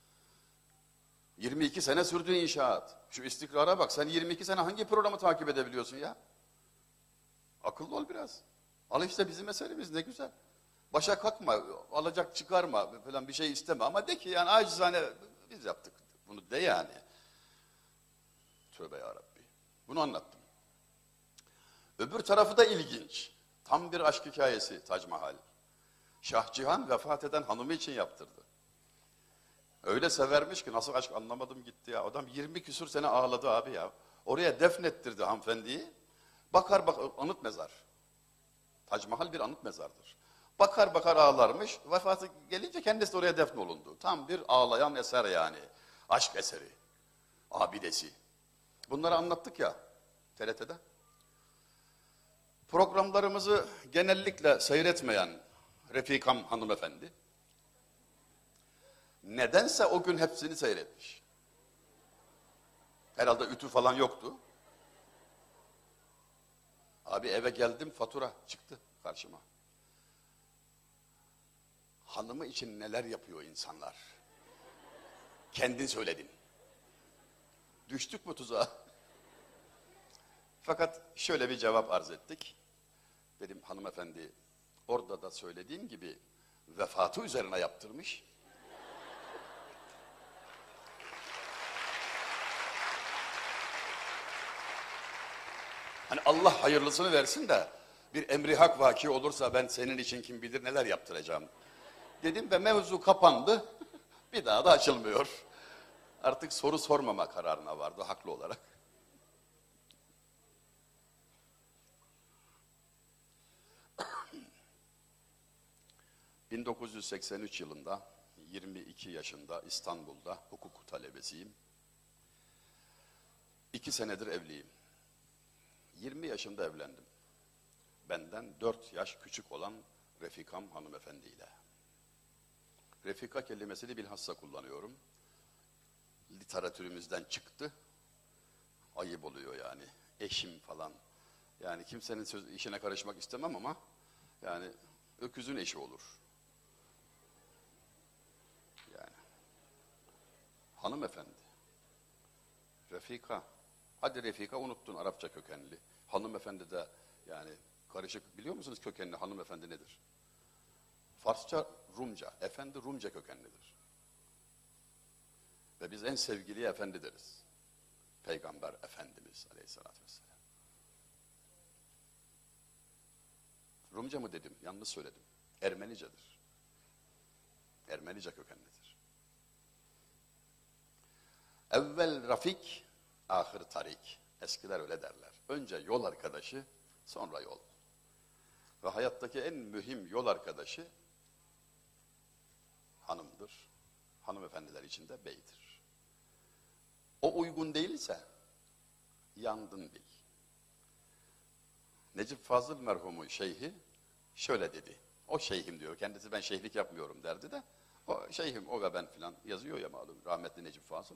Speaker 1: yirmi iki sene sürdü inşaat. Şu istikrara bak, sen yirmi iki sene hangi programı takip edebiliyorsun ya? Akıllı ol biraz. Al işte bizim meselemiz, ne güzel. Başa kalkma, alacak çıkarma falan, bir şey isteme ama de ki yani acizane biz yaptık bunu de yani. Tövbe yarabbi. Bunu anlattım. Öbür tarafı da ilginç. Tam bir aşk hikayesi Tac Mahal. Şah Cihan vefat eden hanımı için yaptırdı. Öyle severmiş ki nasıl aşk anlamadım gitti ya. Adam yirmi küsur sene ağladı abi ya. Oraya defnettirdi hanımefendiyi. Bakar bak anıt mezar. Tac Mahal bir anıt mezardır. Bakar bakar ağlarmış. Vefatı gelince kendisi de oraya defnolundu. Tam bir ağlayan eser yani. Aşk eseri. Abidesi. Bunları anlattık ya T R T'de. Programlarımızı genellikle seyretmeyen Refikam hanımefendi nedense o gün hepsini seyretmiş. Herhalde ütü falan yoktu. Abi eve geldim, fatura çıktı karşıma. Hanımı için neler yapıyor insanlar. Kendin söyledin. Düştük mü tuzağa? Fakat şöyle bir cevap arz ettik. Dedim hanımefendi, orada da söylediğim gibi vefatı üzerine yaptırmış. Hani Allah hayırlısını versin de bir emri hak vaki olursa ben senin için kim bilir neler yaptıracağım dedim ve mevzu kapandı. Bir daha da açılmıyor. Artık soru sormama kararına vardı haklı olarak. bin dokuz yüz seksen üç yılında yirmi iki yaşında İstanbul'da hukuk talebesiyim. İki senedir evliyim. yirmi yaşında evlendim. Benden dört yaş küçük olan Refikam hanımefendiyle. Refika kelimesini bilhassa kullanıyorum. Literatürümüzden çıktı. Ayıp oluyor yani. Eşim falan. Yani kimsenin söz, işine karışmak istemem ama yani öküzün eşi olur. Yani hanımefendi. Refika. Hadi Refika unuttun Arapça kökenli. Hanımefendi de yani karışık. Biliyor musunuz kökenli hanımefendi nedir? Farsça Rumca. Efendi Rumca kökenlidir. Ve biz en sevgili efendi deriz. Peygamber Efendimiz Aleyhisselatü Vesselam. Rumca mı dedim? Yanlış söyledim. Ermenicedir. Ermenice kökenlidir. Evvel rafik, ahir tarik. Eskiler öyle derler. Önce yol arkadaşı, sonra yol. Ve hayattaki en mühim yol arkadaşı hanımdır. Hanımefendiler için de beydir. O uygun değilse yandın bil. Necip Fazıl merhumu şeyhi şöyle dedi. O şeyhim diyor. Kendisi ben şeyhlik yapmıyorum derdi de. O şeyhim o ve ben filan yazıyor ya malum rahmetli Necip Fazıl.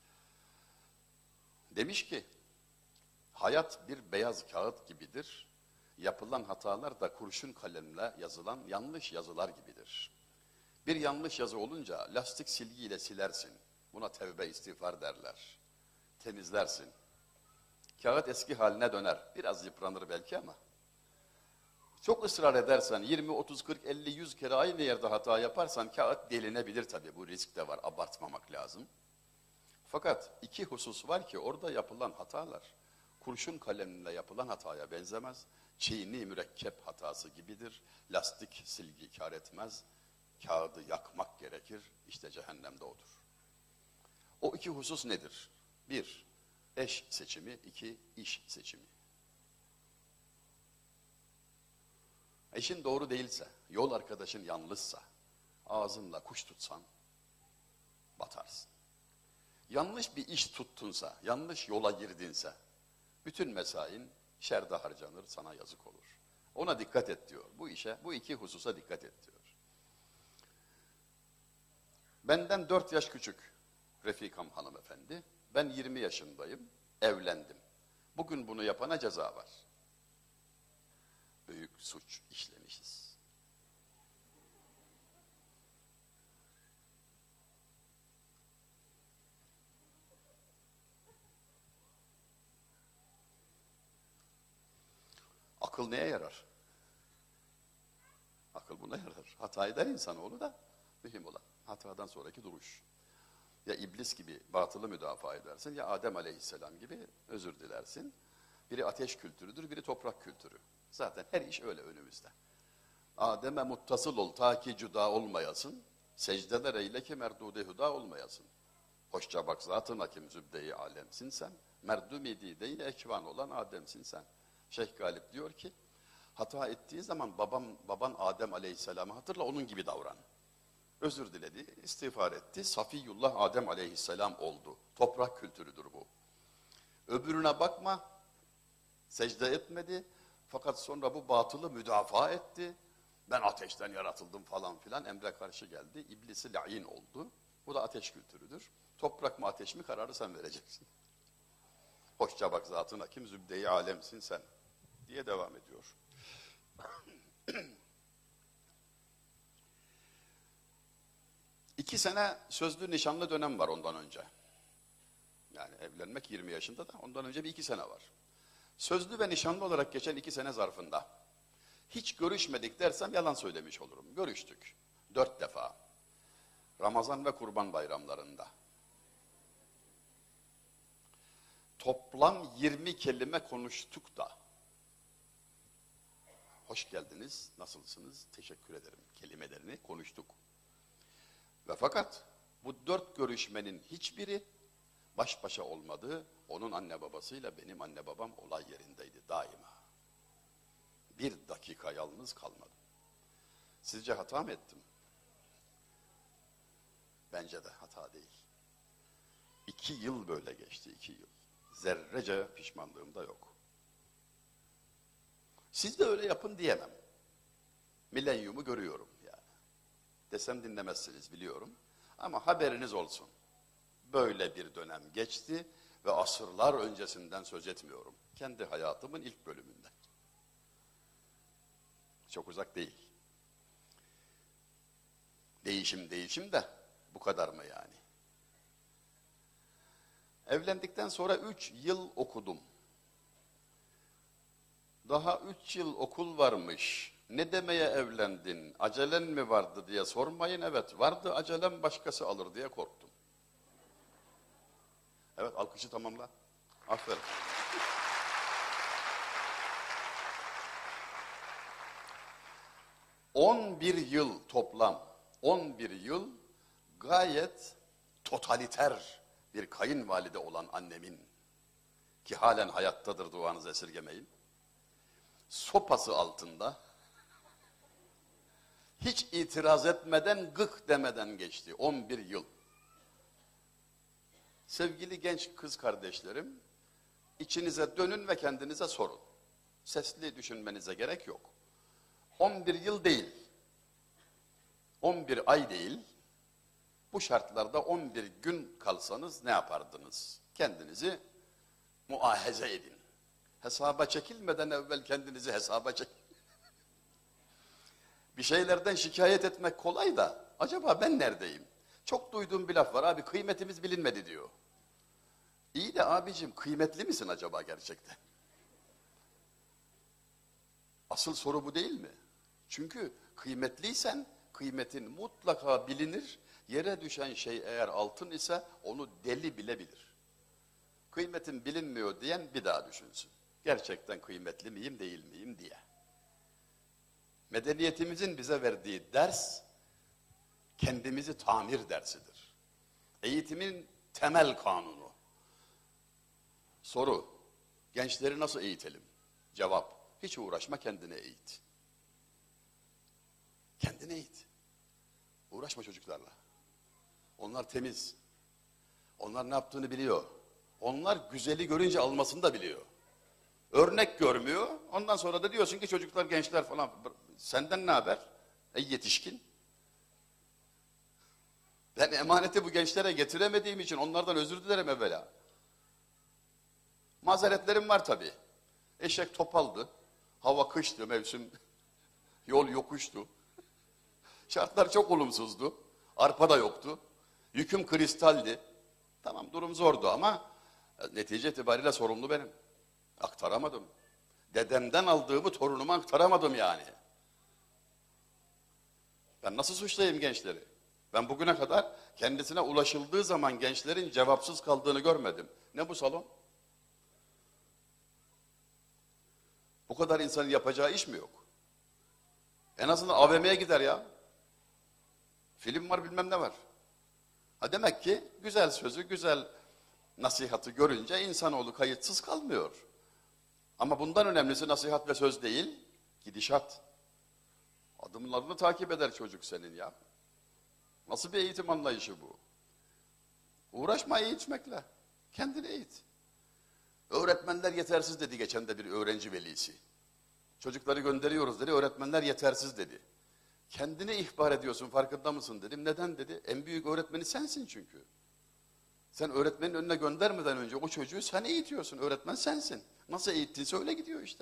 Speaker 1: Demiş ki hayat bir beyaz kağıt gibidir. Yapılan hatalar da kurşun kalemle yazılan yanlış yazılar gibidir. Bir yanlış yazı olunca lastik silgiyle silersin. Buna tevbe istiğfar derler. Temizlersin. Kağıt eski haline döner. Biraz yıpranır belki ama. Çok ısrar edersen yirmi, otuz, kırk, elli, yüz kere aynı yerde hata yaparsan kağıt delinebilir tabii. Bu risk de var. Abartmamak lazım. Fakat iki husus var ki orada yapılan hatalar kurşun kalemle yapılan hataya benzemez. Çiğni mürekkep hatası gibidir. Lastik silgi kâr etmez. Kağıdı yakmak gerekir. İşte cehennemde odur. O iki husus nedir? Bir, eş seçimi. İki, iş seçimi. Eşin doğru değilse, yol arkadaşın yanlışsa, ağzınla kuş tutsan batarsın. Yanlış bir iş tuttunsa, yanlış yola girdinse, bütün mesain şerde harcanır, sana yazık olur. Ona dikkat et diyor. Bu işe, bu iki hususa dikkat et diyor. Benden dört yaş küçük Refikam hanımefendi. Ben yirmi yaşındayım, evlendim. Bugün bunu yapana ceza var. Büyük suç işlemişiz. Akıl neye yarar? Akıl buna yarar. Hata eder insanoğlu da mühim olan. Hatadan sonraki duruş. Ya iblis gibi batılı müdafaa edersin ya Adem aleyhisselam gibi özür dilersin. Biri ateş kültürüdür, biri toprak kültürü. Zaten her iş öyle önümüzde. Adem'e muttasıl ol ta ki cüda olmayasın. Secdeler eyle ki merdude hüda olmayasın. Hoşça bak zatın hakim zübde-i alemsin sen. Merdum-i dide-i ekvan olan Adem'sin sen. Şeyh Galip diyor ki, hata ettiği zaman babam, baban Adem aleyhisselamı hatırla onun gibi davran. Özür diledi, istiğfar etti. Safiyullah Adem aleyhisselam oldu. Toprak kültürüdür bu. Öbürüne bakma, secde etmedi. Fakat sonra bu batılı müdafaa etti. Ben ateşten yaratıldım falan filan emre karşı geldi. İblisi la'in oldu. Bu da ateş kültürüdür. Toprak mı ateş mi kararı sen vereceksin. Hoşça bak zatın hakim zübde-i alemsin sen diye devam ediyor. İki sene sözlü nişanlı dönem var ondan önce. Yani evlenmek yirmi yaşında da ondan önce bir iki sene var. Sözlü ve nişanlı olarak geçen iki sene zarfında hiç görüşmedik dersem yalan söylemiş olurum. Görüştük. Dört defa. Ramazan ve Kurban bayramlarında. Toplam yirmi kelime konuştuk da. Hoş geldiniz, nasılsınız, teşekkür ederim kelimelerini konuştuk. Ve fakat bu dört görüşmenin hiçbiri baş başa olmadı. Onun anne babasıyla benim anne babam olay yerindeydi daima. Bir dakika yalnız kalmadım. Sizce hata mı ettim? Bence de hata değil. İki yıl böyle geçti, iki yıl. Zerrece pişmanlığım da yok. Siz de öyle yapın diyemem. Milenyumu görüyorum yani. Desem dinlemezsiniz biliyorum. Ama haberiniz olsun. Böyle bir dönem geçti ve asırlar öncesinden söz etmiyorum. Kendi hayatımın ilk bölümünden. Çok uzak değil. Değişim değişim de bu kadar mı yani? Evlendikten sonra üç yıl okudum. Daha üç yıl okul varmış. Ne demeye evlendin? Acelen mi vardı diye sormayın. Evet vardı, acelem başkası alır diye korktum. Evet, alkışı tamamla. Aferin. on bir yıl toplam, on bir yıl gayet totaliter bir kayınvalide olan annemin, ki halen hayattadır, duanızı esirgemeyin, sopası altında hiç itiraz etmeden, gık demeden geçti on bir yıl. Sevgili genç kız kardeşlerim, içinize dönün ve kendinize sorun. Sesli düşünmenize gerek yok. on bir yıl değil, on bir ay değil, bu şartlarda on bir gün kalsanız ne yapardınız? Kendinizi muahaze edin. Hesaba çekilmeden evvel kendinizi hesaba çekin. Bir şeylerden şikayet etmek kolay da, acaba ben neredeyim? Çok duyduğum bir laf var, abi kıymetimiz bilinmedi diyor. İyi de abicim, kıymetli misin acaba gerçekten? Asıl soru bu değil mi? Çünkü kıymetliysen kıymetin mutlaka bilinir. Yere düşen şey eğer altın ise onu deli bile bilir. Kıymetin bilinmiyor diyen bir daha düşünsün. Gerçekten kıymetli miyim değil miyim diye. Medeniyetimizin bize verdiği ders kendimizi tamir dersidir. Eğitimin temel kanunu. Soru: gençleri nasıl eğitelim? Cevap: hiç uğraşma, kendine eğit. Kendine eğit. Uğraşma çocuklarla. Onlar temiz. Onlar ne yaptığını biliyor. Onlar güzeli görünce almasını da biliyor. Örnek görmüyor. Ondan sonra da diyorsun ki çocuklar, gençler falan, senden ne haber? Ey yetişkin. Ben emaneti bu gençlere getiremediğim için onlardan özür dilerim evvela. Mazeretlerim var tabii. Eşek topaldı. Hava kıştı, mevsim yol yokuştu. Şartlar çok olumsuzdu. Arpa da yoktu. Yüküm kristaldi. Tamam, durum zordu ama netice itibariyle sorumlu benim. Aktaramadım. Dedemden aldığımı torunuma aktaramadım yani. Ben nasıl suçlayayım gençleri? Ben bugüne kadar kendisine ulaşıldığı zaman gençlerin cevapsız kaldığını görmedim. Ne bu salon? Bu kadar insanın yapacağı iş mi yok? En azından A V M'ye gider ya. Film var, bilmem ne var. Ha demek ki güzel sözü, güzel nasihatı görünce insanoğlu kayıtsız kalmıyor. Ama bundan önemlisi nasihat ve söz değil, gidişat. Adımlarını takip eder çocuk senin ya. Nasıl bir eğitim anlayışı bu? Uğraşma eğitmekle. Kendini eğit. Öğretmenler yetersiz dedi geçen de bir öğrenci velisi. Çocukları gönderiyoruz dedi, öğretmenler yetersiz dedi. Kendini ihbar ediyorsun, farkında mısın dedim. Neden dedi? En büyük öğretmeni sensin çünkü. Sen öğretmenin önüne göndermeden önce o çocuğu sen eğitiyorsun. Öğretmen sensin. Nasıl eğittiyse öyle gidiyor işte.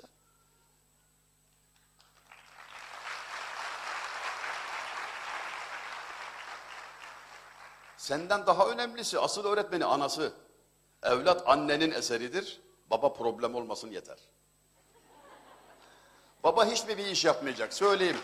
Speaker 1: Senden daha önemlisi, asıl öğretmeni anası. Evlat annenin eseridir. Baba problem olmasın yeter. Baba hiç mi bir iş yapmayacak? Söyleyeyim.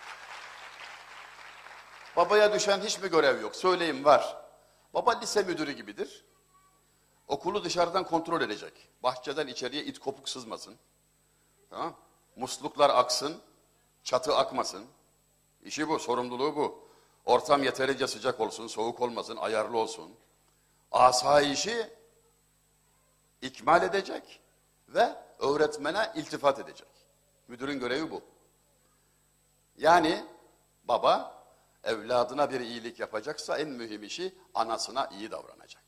Speaker 1: Babaya düşen hiç mi görev yok? Söyleyeyim, var. Baba lise müdürü gibidir. Okulu dışarıdan kontrol edecek. Bahçeden içeriye it kopuk sızmasın. Tamam? Musluklar aksın, çatı akmasın. İşi bu, sorumluluğu bu. Ortam yeterince sıcak olsun, soğuk olmasın, ayarlı olsun. Asayişi ikmal edecek ve öğretmene iltifat edecek. Müdürün görevi bu. Yani baba evladına bir iyilik yapacaksa en mühim işi anasına iyi davranacak.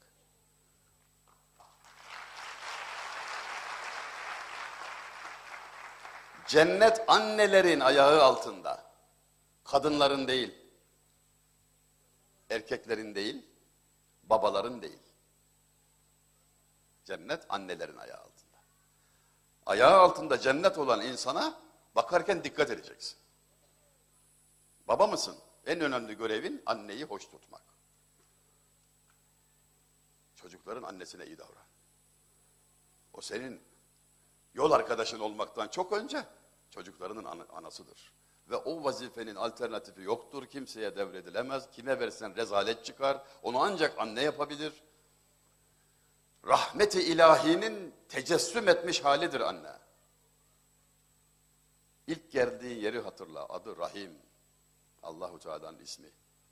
Speaker 1: Cennet annelerin ayağı altında. Kadınların değil. Erkeklerin değil. Babaların değil. Cennet annelerin ayağı altında. Ayağı altında cennet olan insana bakarken dikkat edeceksin. Baba mısın? En önemli görevin anneyi hoş tutmak. Çocukların annesine iyi davran. O senin yol arkadaşın olmaktan çok önce çocuklarının an anasıdır. Ve o vazifenin alternatifi yoktur, kimseye devredilemez. Kime versen rezalet çıkar, onu ancak anne yapabilir. Rahmet-i ilahinin tecessüm etmiş halidir anne. İlk geldiği yeri hatırla, adı Rahim. Allahu Teala'nın ismi.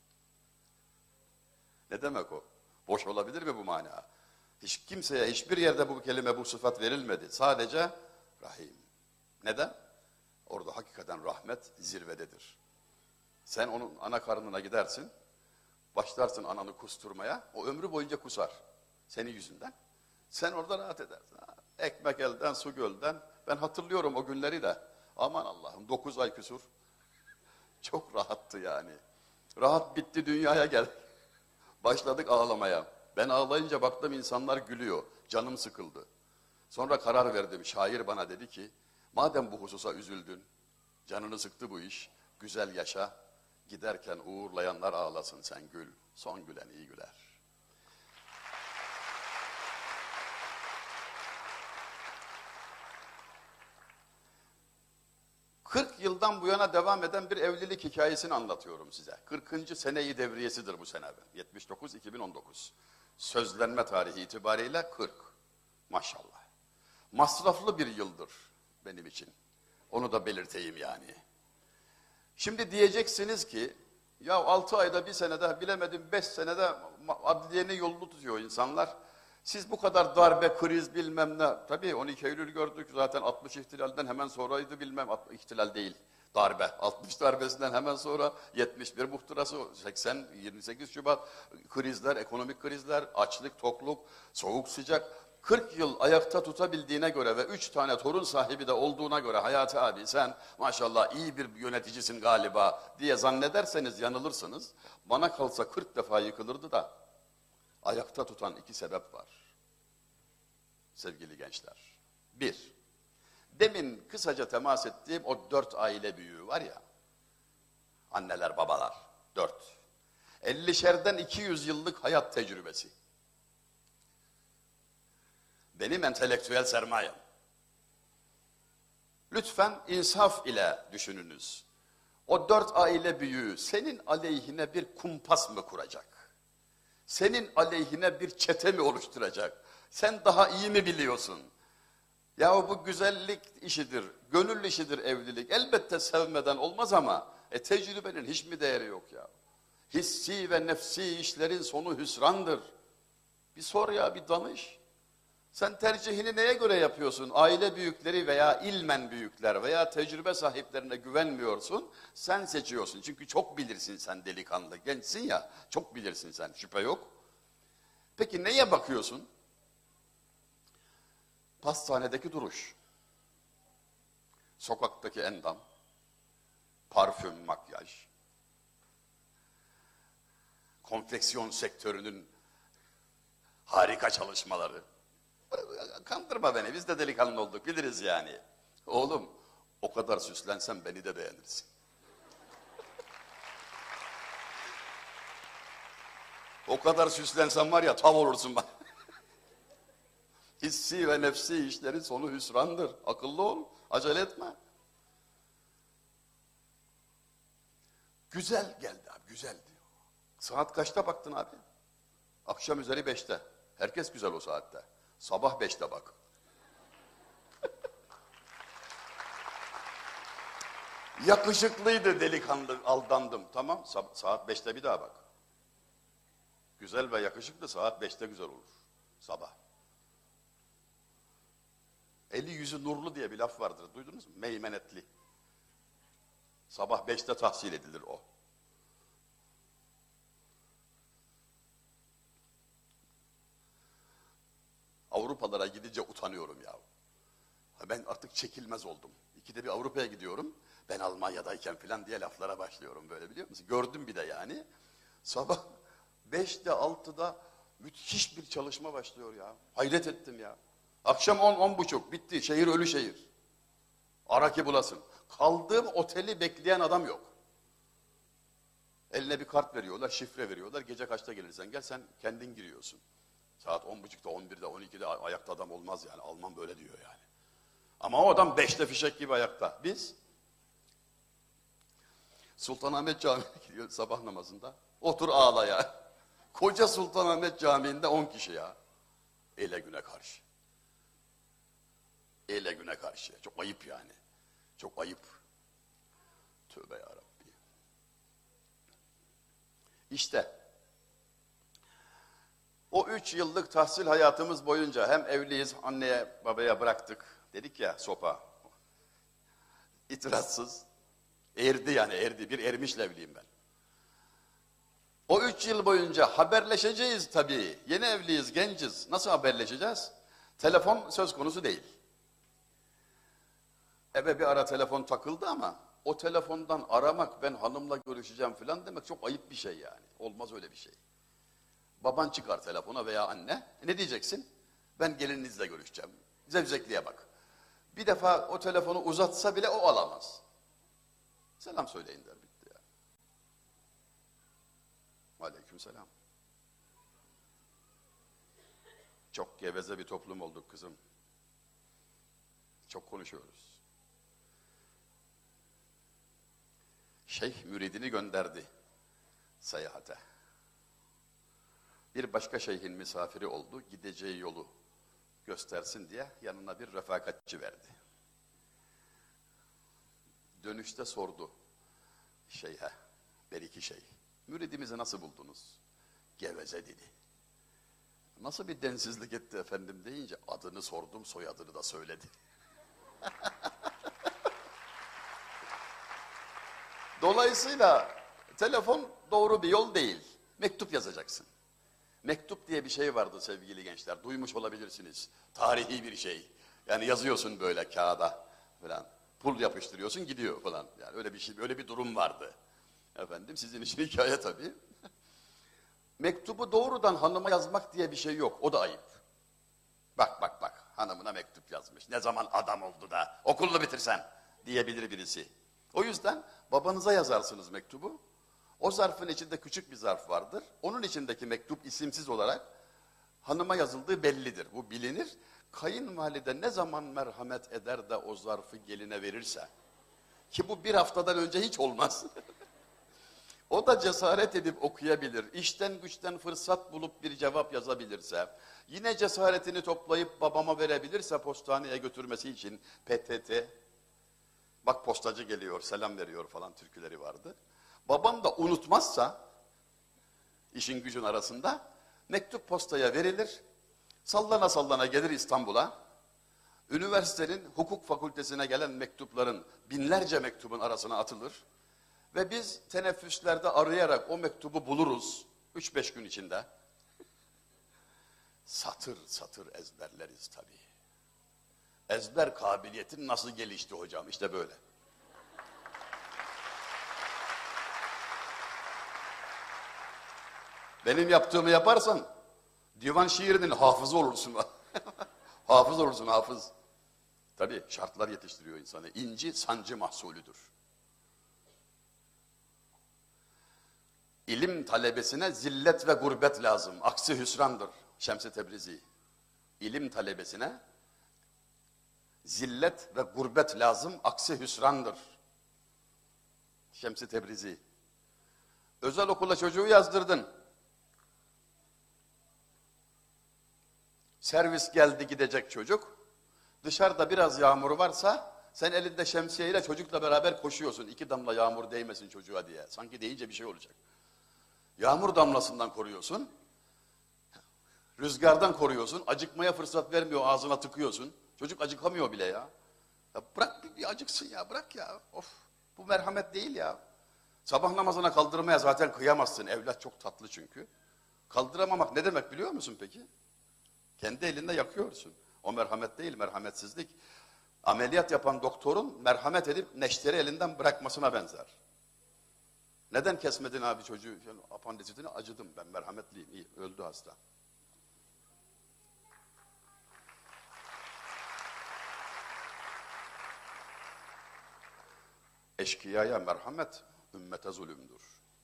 Speaker 1: Ne demek o? Boş olabilir mi bu mana? Hiç kimseye, hiçbir yerde bu kelime, bu sıfat verilmedi. Sadece Rahim. Neden? Orada hakikaten rahmet zirvededir. Sen onun ana karnına gidersin, başlarsın ananı kusturmaya, o ömrü boyunca kusar. Senin yüzünden. Sen orada rahat edersin. Ekmek elden, su gölden. Ben hatırlıyorum o günleri de. Aman Allah'ım, dokuz ay küsur. Çok rahattı yani. Rahat bitti, dünyaya gel. Başladık ağlamaya. Ben ağlayınca baktım insanlar gülüyor. Canım sıkıldı. Sonra karar verdim. Şair bana dedi ki, madem bu hususa üzüldün, canını sıktı bu iş, güzel yaşa, giderken uğurlayanlar ağlasın, sen gül, son gülen iyi güler. kırk yıldan bu yana devam eden bir evlilik hikayesini anlatıyorum size. kırkıncı seneyi devriyesidir bu sene. yetmiş dokuz iki bin on dokuz. Sözlenme tarihi itibariyle kırk. Maşallah. Masraflı bir yıldır benim için. Onu da belirteyim yani. Şimdi diyeceksiniz ki, ya altı ayda, bir senede, bilemedim beş senede adliyenin yolunu tutuyor insanlar. Siz bu kadar darbe, kriz bilmem ne, tabii on iki Eylül gördük zaten, altmış ihtilalden hemen sonraydı bilmem, ihtilal değil, darbe. altmış darbesinden hemen sonra yetmiş bir muhtırası, seksen, yirmi sekiz Şubat, krizler, ekonomik krizler, açlık, tokluk, soğuk sıcak. kırk yıl ayakta tutabildiğine göre ve üç tane torun sahibi de olduğuna göre Hayati abi sen maşallah iyi bir yöneticisin galiba diye zannederseniz yanılırsınız. Bana kalsa kırk defa yıkılırdı da ayakta tutan iki sebep var sevgili gençler. Bir, demin kısaca temas ettiğim o dört aile büyüğü var ya, anneler babalar, dört. ellişerden iki yüz yıllık hayat tecrübesi. Benim entelektüel sermayem. Lütfen insaf ile düşününüz. O dört aile büyüğü senin aleyhine bir kumpas mı kuracak? Senin aleyhine bir çete mi oluşturacak? Sen daha iyi mi biliyorsun? Ya bu güzellik işidir, gönül işidir evlilik. Elbette sevmeden olmaz ama e, tecrübenin hiç mi değeri yok ya? Hissi ve nefsi işlerin sonu hüsrandır. Bir sor ya, bir danış. Sen tercihini neye göre yapıyorsun? Aile büyükleri veya ilmen büyükler veya tecrübe sahiplerine güvenmiyorsun. Sen seçiyorsun. Çünkü çok bilirsin sen delikanlı. Gençsin ya, çok bilirsin sen. Şüphe yok. Peki neye bakıyorsun? Pastanedeki duruş. Sokaktaki endam. Parfüm, makyaj. Konfeksiyon sektörünün harika çalışmaları. Kandırma beni, biz de delikanlı olduk, biliriz yani. Oğlum, o kadar süslensen beni de beğenirsin. O kadar süslensen var ya, tav olursun bak. Hissi ve nefsi işlerin sonu hüsrandır. Akıllı ol, acele etme. Güzel geldi abi, güzel diyor. Saat kaçta baktın abi? Akşam üzeri beşte. Herkes güzel o saatte. Sabah beşte bak. Yakışıklıydı delikanlı, aldandım. Tamam, saat beşte bir daha bak. Güzel ve yakışıklı saat beşte güzel olur. Sabah. Eli yüzü nurlu diye bir laf vardır. Duydunuz mu? Meymenetli. Sabah beşte tahsil edilir o. Avrupalara gidince utanıyorum ya. Ben artık çekilmez oldum. İkide bir Avrupa'ya gidiyorum. Ben Almanya'dayken falan diye laflara başlıyorum böyle, biliyor musun? Gördüm bir de yani. Sabah beşte altıda müthiş bir çalışma başlıyor ya. Hayret ettim ya. Akşam on, on buçuk bitti. Şehir ölü şehir. Ara ki bulasın. Kaldığım oteli bekleyen adam yok. Eline bir kart veriyorlar, şifre veriyorlar. Gece kaçta gelirsen gel, sen kendin giriyorsun. Saat on buçukta, on birde, on ikide ayakta adam olmaz yani. Alman böyle diyor yani. Ama o adam beşte fişek gibi ayakta. Biz Sultanahmet Camii'ne gidiyoruz sabah namazında. Otur ağla ya. Koca Sultanahmet Camii'nde on kişi ya. Ele güne karşı. Ele güne karşı. Çok ayıp yani. Çok ayıp. Tövbe yarabbim. İşte o üç yıllık tahsil hayatımız boyunca hem evliyiz, anneye babaya bıraktık. Dedik ya, sopa. İtirazsız. Erdi yani, erdi. Bir ermişle evliyim ben. O üç yıl boyunca haberleşeceğiz tabii. Yeni evliyiz, genciz. Nasıl haberleşeceğiz? Telefon söz konusu değil. Eve bir ara telefon takıldı ama o telefondan aramak, ben hanımla görüşeceğim falan demek çok ayıp bir şey yani. Olmaz öyle bir şey. Baban çıkar telefona veya anne. E ne diyeceksin? Ben gelininizle görüşeceğim. Zevzekliğe bak. Bir defa o telefonu uzatsa bile o alamaz. Selam söyleyin der, bitti ya. Aleykümselam. Çok geveze bir toplum olduk kızım. Çok konuşuyoruz. Şeyh müridini gönderdi seyahate. Bir başka şeyhin misafiri oldu, gideceği yolu göstersin diye yanına bir refakatçi verdi. Dönüşte sordu şeyhe, beriki şeyh, müridimizi nasıl buldunuz? Geveze dedi. Nasıl bir densizlik etti efendim deyince adını sordum, soyadını da söyledi. Dolayısıyla telefon doğru bir yol değil. Mektup yazacaksın. Mektup diye bir şey vardı sevgili gençler. Duymuş olabilirsiniz. Tarihi bir şey. Yani yazıyorsun böyle kağıda falan. Pul yapıştırıyorsun, gidiyor falan. Yani öyle bir şey, öyle bir durum vardı. Efendim sizin için hikaye tabii. Mektubu doğrudan hanıma yazmak diye bir şey yok. O da ayıp. Bak bak bak, hanımına mektup yazmış. Ne zaman adam oldu da okulunu bitirsen diyebilir birisi. O yüzden babanıza yazarsınız mektubu. O zarfın içinde küçük bir zarf vardır. Onun içindeki mektup isimsiz olarak hanıma yazıldığı bellidir. Bu bilinir. Kayınvalide ne zaman merhamet eder de o zarfı geline verirse, ki bu bir haftadan önce hiç olmaz. O da cesaret edip okuyabilir. İşten güçten fırsat bulup bir cevap yazabilirse, yine cesaretini toplayıp babama verebilirse postaneye götürmesi için P T T, bak postacı geliyor, selam veriyor falan türküleri vardı. Babam da unutmazsa, işin gücün arasında, mektup postaya verilir, sallana sallana gelir İstanbul'a, üniversitenin hukuk fakültesine gelen mektupların, binlerce mektubun arasına atılır ve biz teneffüslerde arayarak o mektubu buluruz, üç beş gün içinde. Satır satır ezberleriz tabii. Ezber kabiliyetin nasıl gelişti hocam? İşte böyle. Benim yaptığımı yaparsan divan şiirinin hafızı olursun. Hafız olursun, hafız. Tabii şartlar yetiştiriyor insanı. İnci sancı mahsulüdür. İlim talebesine zillet ve gurbet lazım. Aksi hüsrandır. Şems-i Tebrizi. İlim talebesine zillet ve gurbet lazım. Aksi hüsrandır. Şems-i Tebrizi. Özel okula çocuğu yazdırdın. Servis geldi gidecek çocuk. Dışarıda biraz yağmur varsa sen elinde şemsiyeyle çocukla beraber koşuyorsun. İki damla yağmur değmesin çocuğa diye. Sanki deyince bir şey olacak. Yağmur damlasından koruyorsun. Rüzgardan koruyorsun. Acıkmaya fırsat vermiyor, ağzına tıkıyorsun. Çocuk acıkamıyor bile ya. Ya bırak bir, bir acıksın ya, bırak ya. Of, bu merhamet değil ya. Sabah namazına kaldırmaya zaten kıyamazsın. Evlat çok tatlı çünkü. Kaldıramamak ne demek biliyor musun peki? Kendi elinde yakıyorsun. O merhamet değil, merhametsizlik. Ameliyat yapan doktorun merhamet edip neşteri elinden bırakmasına benzer. Neden kesmedin abi çocuğu? Yani apandisitini acıdım, ben merhametliyim. İyi, öldü hasta. Eşkıyaya merhamet, ümmete zulümdür.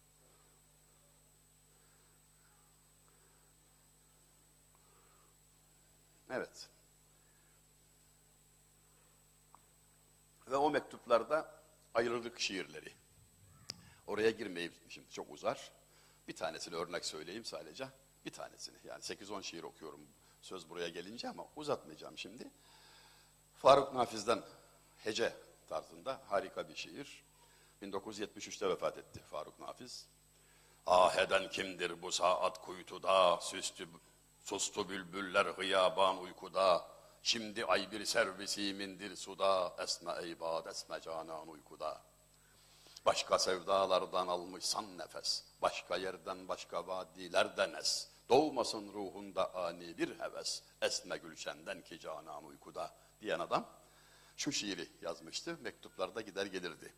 Speaker 1: Evet. Ve o mektuplarda ayrılık şiirleri. Oraya girmeyeyim şimdi, çok uzar. Bir tanesini örnek söyleyeyim sadece. Bir tanesini, yani sekiz on şiir okuyorum söz buraya gelince ama uzatmayacağım şimdi. Faruk Nafiz'den hece tarzında harika bir şiir. bin dokuz yüz yetmiş üçte vefat etti Faruk Nafiz. Ah eden kimdir bu saat kuytuda, süstü, sustu bülbüller hıyaban uykuda, şimdi ay bir servisimindir suda, esme eybad esme canan uykuda. Başka sevdalardan almışsan nefes, başka yerden başka vadilerden es, doğmasın ruhunda ani bir heves, esme gülşenden ki canan uykuda diyen adam şu şiiri yazmıştı, mektuplarda gider gelirdi.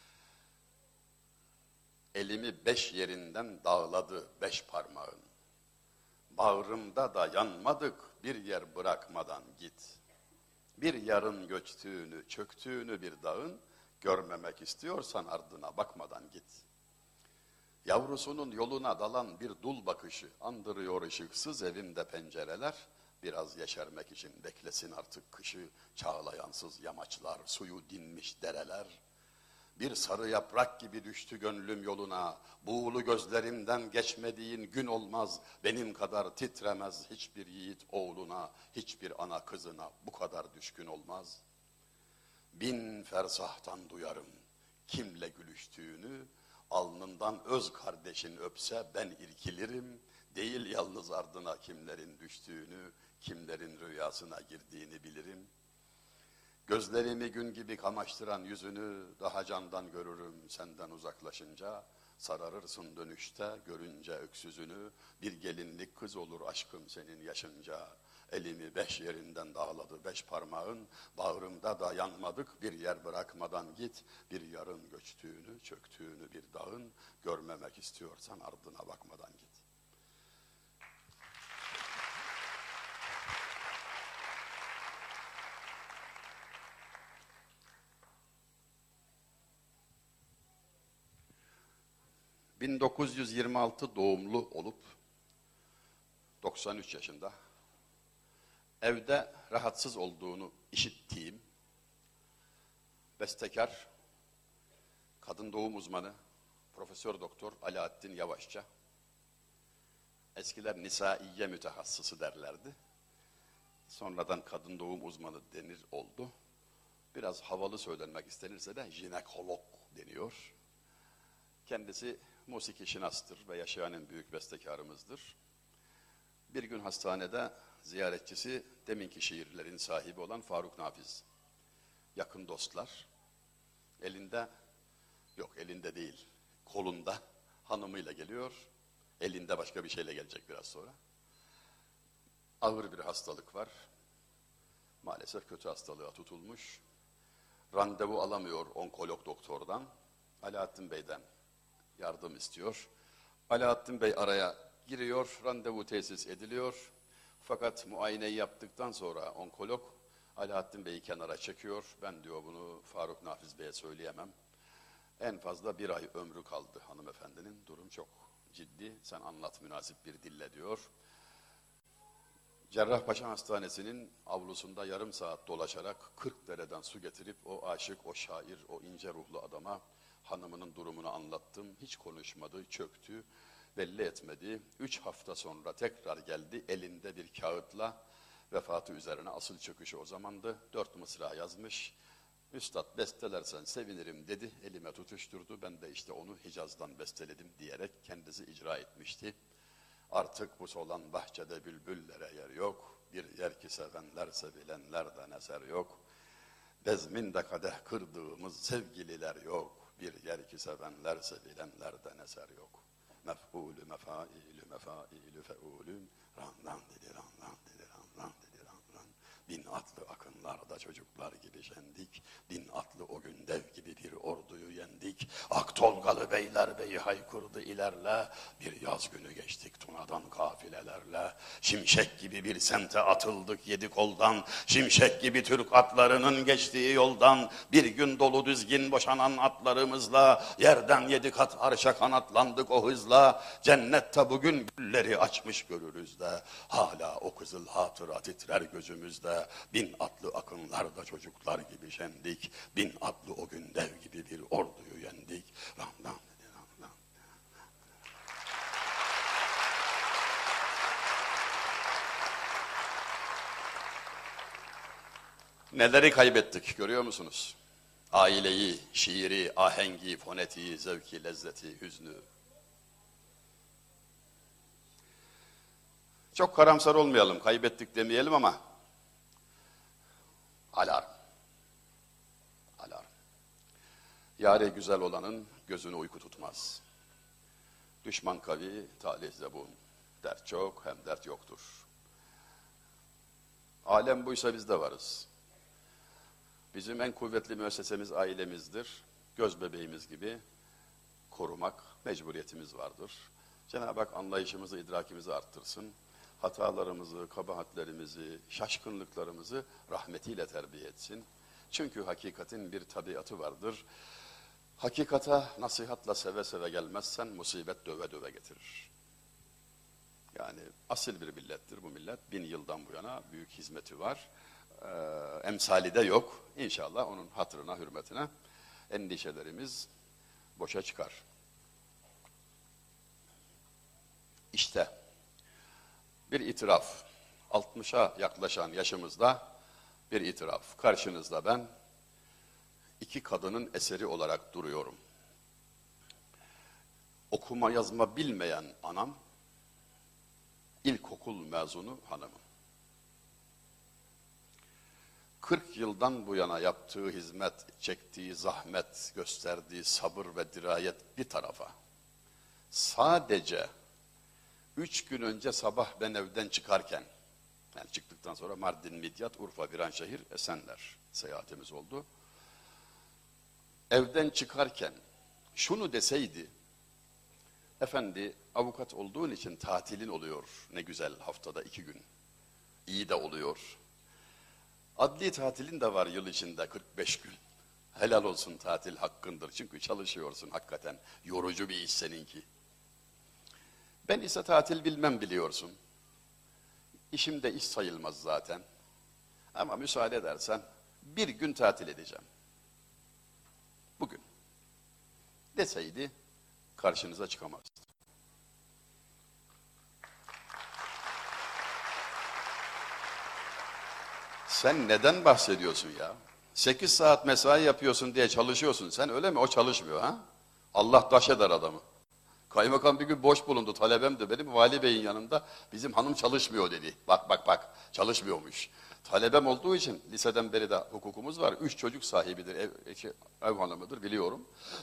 Speaker 1: Elimi beş yerinden dağladı beş parmağın, bağrımda da yanmadık bir yer bırakmadan git. Bir yarın göçtüğünü, çöktüğünü bir dağın, görmemek istiyorsan ardına bakmadan git. Yavrusunun yoluna dalan bir dul bakışı andırıyor ışıksız evimde pencereler. Biraz yeşermek için beklesin artık kışı, çağlayansız yamaçlar, suyu dinmiş dereler. Bir sarı yaprak gibi düştü gönlüm yoluna, buğulu gözlerimden geçmediğin gün olmaz. Benim kadar titremez hiçbir yiğit oğluna, hiçbir ana kızına bu kadar düşkün olmaz. Bin fersahtan duyarım kimle gülüştüğünü, alnından öz kardeşin öpse ben irkilirim. Değil yalnız ardına kimlerin düştüğünü, kimlerin rüyasına girdiğini bilirim. Gözlerimi gün gibi kamaştıran yüzünü daha candan görürüm senden uzaklaşınca. Sararırsın dönüşte görünce öksüzünü, bir gelinlik kız olur aşkım senin yaşınca. Elimi beş yerinden dağladı beş parmağın, bağrımda da yanmadık bir yer bırakmadan git. Bir yarın göçtüğünü, çöktüğünü bir dağın, görmemek istiyorsan ardına bakmadan git. bin dokuz yüz yirmi altı doğumlu olup doksan üç yaşında evde rahatsız olduğunu işittiğim bestekar, kadın doğum uzmanı Profesör Doktor Alaaddin Yavaşça, eskiler nisaiye mütehassısı derlerdi, sonradan kadın doğum uzmanı denir oldu. Biraz havalı söylenmek istenirse de jinekolog deniyor. Kendisi musiki şinastır ve yaşayan en büyük bestekarımızdır. Bir gün hastanede ziyaretçisi deminki şiirlerin sahibi olan Faruk Nafiz. Yakın dostlar. Elinde, yok elinde değil, kolunda hanımıyla geliyor. Elinde başka bir şeyle gelecek biraz sonra. Ağır bir hastalık var. Maalesef kötü hastalığa tutulmuş. Randevu alamıyor onkolog doktordan. Alaaddin Bey'den yardım istiyor. Alaaddin Bey araya giriyor, randevu tesis ediliyor. Fakat muayeneyi yaptıktan sonra onkolog Alaaddin Bey'i kenara çekiyor. Ben diyor bunu Faruk Nafiz Bey'e söyleyemem. En fazla bir ay ömrü kaldı hanımefendinin. Durum çok ciddi. Sen anlat münasip bir dille diyor. Cerrahpaşa Hastanesi'nin avlusunda yarım saat dolaşarak kırk dereden su getirip o aşık, o şair, o ince ruhlu adama hanımının durumunu anlattım. Hiç konuşmadı, çöktü, belli etmedi. Üç hafta sonra tekrar geldi elinde bir kağıtla, vefatı üzerine asıl çöküşü o zamandı. Dört mısra yazmış. Üstad bestelersen sevinirim dedi, elime tutuşturdu. Ben de işte onu Hicaz'dan besteledim diyerek kendisi icra etmişti. Artık bu solan bahçede bülbüllere yer yok. Bir yer ki sevenlerse bilenlerden eser yok. Bezminde kadeh kırdığımız sevgililer yok. Bir yer ki sevenlerse bilenlerden eser yok. Mef'ulü mefailü mefailü feulün. Ran ran dedi ran ran dedi ran ran dedi ran ran. Bin atlı akınlarda çocuklar gibi şendik. Bin atlı o gün dev gibi bir orduyu yendik. Aktolgalı beylerbeyi haykırdı ilerle. Bir yaz günü geçtik Tuna'dan kafilelerle. Şimşek gibi bir semte atıldık yedi koldan. Şimşek gibi Türk atlarının geçtiği yoldan. Bir gün dolu düzgin boşanan atlarımızla. Yerden yedi kat arşa kanatlandık o hızla. Cennette bugün gülleri açmış görürüz de. Hala o kızıl hatıra titrer gözümüzde. Bin atlı akınlarda çocuklar gibi şendik. Bin atlı o gün dev gibi bir orduyu yendik. Ramdan dedi ramdan. Neleri kaybettik görüyor musunuz? Aileyi, şiiri, ahengi, fonetiği, zevki, lezzeti, hüznü. Çok karamsar olmayalım, kaybettik demeyelim ama alarm. Alarm. Yâre güzel olanın gözünü uyku tutmaz. Düşman kavi, talih zebun. Dert çok, hem dert yoktur. Alem buysa biz de varız. Bizim en kuvvetli müessesemiz ailemizdir. Göz bebeğimiz gibi korumak mecburiyetimiz vardır. Cenab-ı Hak anlayışımızı, idrakimizi arttırsın. Hatalarımızı, kabahatlerimizi, şaşkınlıklarımızı rahmetiyle terbiye etsin. Çünkü hakikatin bir tabiatı vardır. Hakikata nasihatla seve seve gelmezsen musibet döve döve getirir. Yani asil bir millettir bu millet. Bin yıldan bu yana büyük hizmeti var. Ee, emsali de yok. İnşallah onun hatırına, hürmetine endişelerimiz boşa çıkar. İşte bir itiraf. altmışa yaklaşan yaşımızda bir itiraf. Karşınızda ben iki kadının eseri olarak duruyorum. Okuma yazma bilmeyen anam, ilkokul mezunu hanımım. kırk yıldan bu yana yaptığı hizmet, çektiği zahmet, gösterdiği sabır ve dirayet bir tarafa. Sadece üç gün önce sabah ben evden çıkarken, yani çıktıktan sonra Mardin, Midyat, Urfa, Viranşehir, Esenler seyahatimiz oldu. Evden çıkarken şunu deseydi, efendi avukat olduğun için tatilin oluyor, ne güzel haftada iki gün, iyi de oluyor. Adli tatilin de var yıl içinde kırk beş gün. Helal olsun, tatil hakkındır çünkü çalışıyorsun hakikaten, yorucu bir iş seninki. Ben ise tatil bilmem biliyorsun. İşim de iş sayılmaz zaten. Ama müsaade edersen bir gün tatil edeceğim. Bugün. Deseydi karşınıza çıkamazdı. Sen neden bahsediyorsun ya? Sekiz saat mesai yapıyorsun diye çalışıyorsun. Sen öyle mi? O çalışmıyor ha? Allah daş eder adamı. Kaymakam bir gün boş bulundu, talebem de benim vali beyin yanında, bizim hanım çalışmıyor dedi. Bak bak bak, çalışmıyormuş. Talebem olduğu için liseden beri de hukukumuz var. Üç çocuk sahibidir, ev, ev hanımıdır biliyorum.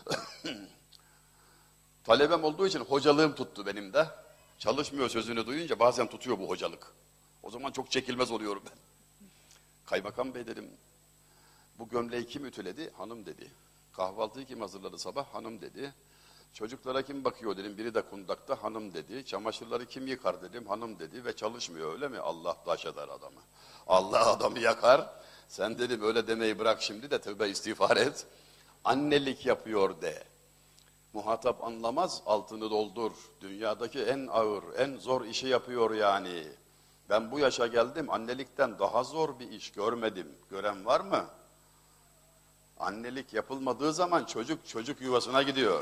Speaker 1: Talebem olduğu için hocalığım tuttu benim de. Çalışmıyor sözünü duyunca bazen tutuyor bu hocalık. O zaman çok çekilmez oluyorum ben. Kaymakam bey dedim, bu gömleği kim ütüledi? Hanım dedi. Kahvaltıyı kim hazırladı sabah? Hanım dedi. Çocuklara kim bakıyor dedim, biri de kundakta, hanım dedi. Çamaşırları kim yıkar dedim, hanım dedi ve çalışmıyor öyle mi? Allah daş eder adamı. Allah adamı yakar. Sen dedim öyle demeyi bırak şimdi de tövbe istiğfar et. Annelik yapıyor de. Muhatap anlamaz, altını doldur. Dünyadaki en ağır, en zor işi yapıyor yani. Ben bu yaşa geldim, annelikten daha zor bir iş görmedim. Gören var mı? Annelik yapılmadığı zaman çocuk çocuk yuvasına gidiyor.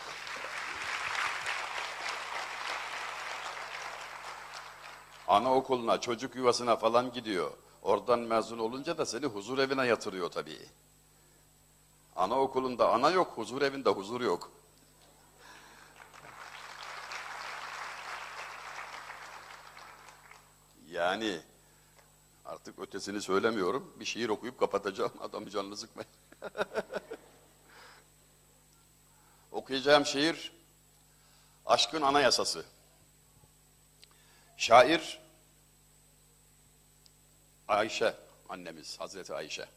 Speaker 1: Anaokuluna, çocuk yuvasına falan gidiyor. Oradan mezun olunca da seni huzur evine yatırıyor tabii. Anaokulunda ana yok, huzur evinde huzur yok. Yani artık ötesini söylemiyorum. Bir şiir okuyup kapatacağım. Adamı canını sıkmayın. Okuyacağım şiir Aşkın Anayasası. Şair Ayşe annemiz Hazreti Ayşe.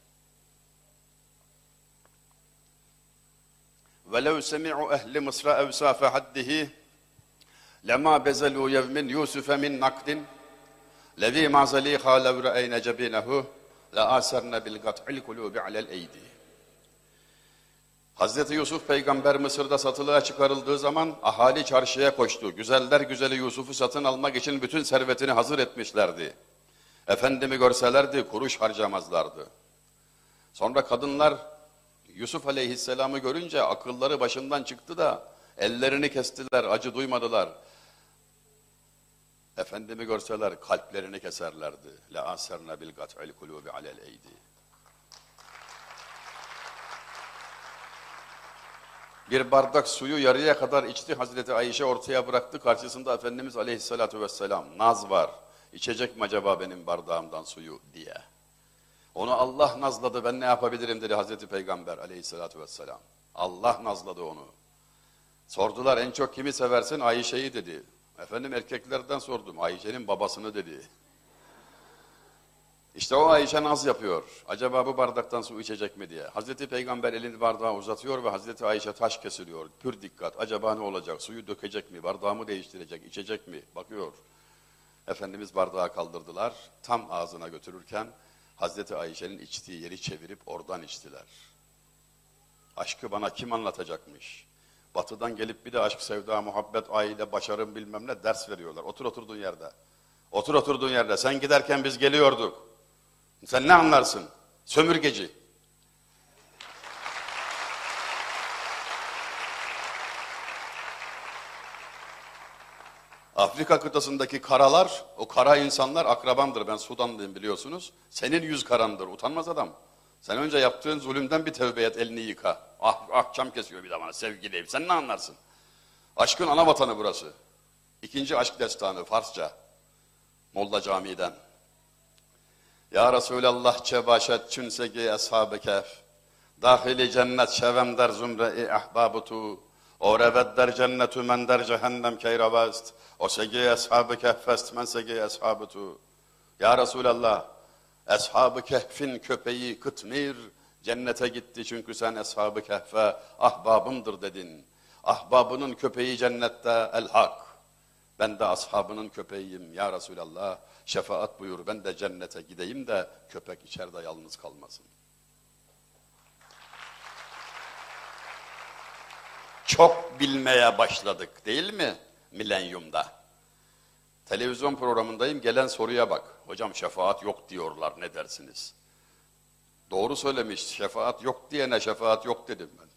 Speaker 1: وَلَوْ سَمِعُوا اَهْلِ مِصْرَ اَوْسَافَ حَدِّهِ لَمَا بَزَلُوا يَوْمٍ يُوسُفَ مِنْ نَقْدٍ لَذ۪ي مَعْزَل۪يخَا لَوْ رَأَيْنَ جَب۪ينَهُ لَآسَرْنَ بِالْقَطْعِ الْقُلُوبِ عَلَى الْاَيْدِي. Hazreti Yusuf peygamber Mısır'da satılığa çıkarıldığı zaman ahali çarşıya koştu. Güzeller güzeli Yusuf'u satın almak için bütün servetini hazır etmişlerdi. Efendimi görselerdi kuruş harcamazlardı. Sonra kadınlar Yusuf aleyhisselamı görünce akılları başından çıktı da ellerini kestiler, acı duymadılar. Efendimi görseler kalplerini keserlerdi. La asarna bil gat'il kulubi alel eydi. Bir bardak suyu yarıya kadar içti Hazreti Ayşe, ortaya bıraktı. Karşısında Efendimiz aleyhissalatu vesselam, naz var. İçecek mi acaba benim bardağımdan suyu diye. Onu Allah nazladı, ben ne yapabilirim dedi Hazreti Peygamber aleyhissalatu vesselam. Allah nazladı onu. Sordular en çok kimi seversin? Ayşe'yi dedi. Efendim erkeklerden sordum. Ayşe'nin babasını dedi. İşte o Ayşe naz yapıyor. Acaba bu bardaktan su içecek mi diye. Hazreti Peygamber elini bardağa uzatıyor ve Hazreti Ayşe taş kesiliyor. Pür dikkat. Acaba ne olacak? Suyu dökecek mi? Bardağımı değiştirecek? İçecek mi? Bakıyor. Efendimiz bardağı kaldırdılar. Tam ağzına götürürken Hazreti Ayşe'nin içtiği yeri çevirip oradan içtiler. Aşkı bana kim anlatacakmış? Batı'dan gelip bir de aşk, sevda, muhabbet, aile, başarım bilmem ne ders veriyorlar. Otur oturduğun yerde. Otur oturduğun yerde. Sen giderken biz geliyorduk. Sen ne anlarsın? Sömürgeci. Afrika kıtasındaki karalar, o kara insanlar akrabamdır. Ben Sudanlıyım biliyorsunuz. Senin yüz karandır. Utanmaz adam. Sen önce yaptığın zulümden bir tevbe et, elini yıka. Ah, ahkam kesiyor bir de bana sevgiliyim. Sen ne anlarsın? Aşkın ana vatanı burası. İkinci aşk destanı Farsça. Molla Camii'den. Ya Resulallah çebaşet çünsegi ashab-ı kehf. Dahili cennet şevem der zümre-i ahbabutu. O revet der cennetu men der cehennem keyravest. O segi ashab-ı kehfest men segi ashabutu. Ya Resulallah, ashab-ı kehfin köpeği Kıtmir cennete gitti çünkü sen ashab-ı kehfe ahbabımdır dedin. Ahbabının köpeği cennette el-hak. Ben de ashabının köpeğiyim ya Resulallah. Şefaat buyur, ben de cennete gideyim de köpek içeride yalnız kalmasın. Çok bilmeye başladık değil mi milenyumda? Televizyon programındayım, gelen soruya bak. Hocam şefaat yok diyorlar, ne dersiniz? Doğru söylemiş, şefaat yok diyene şefaat yok dedim ben.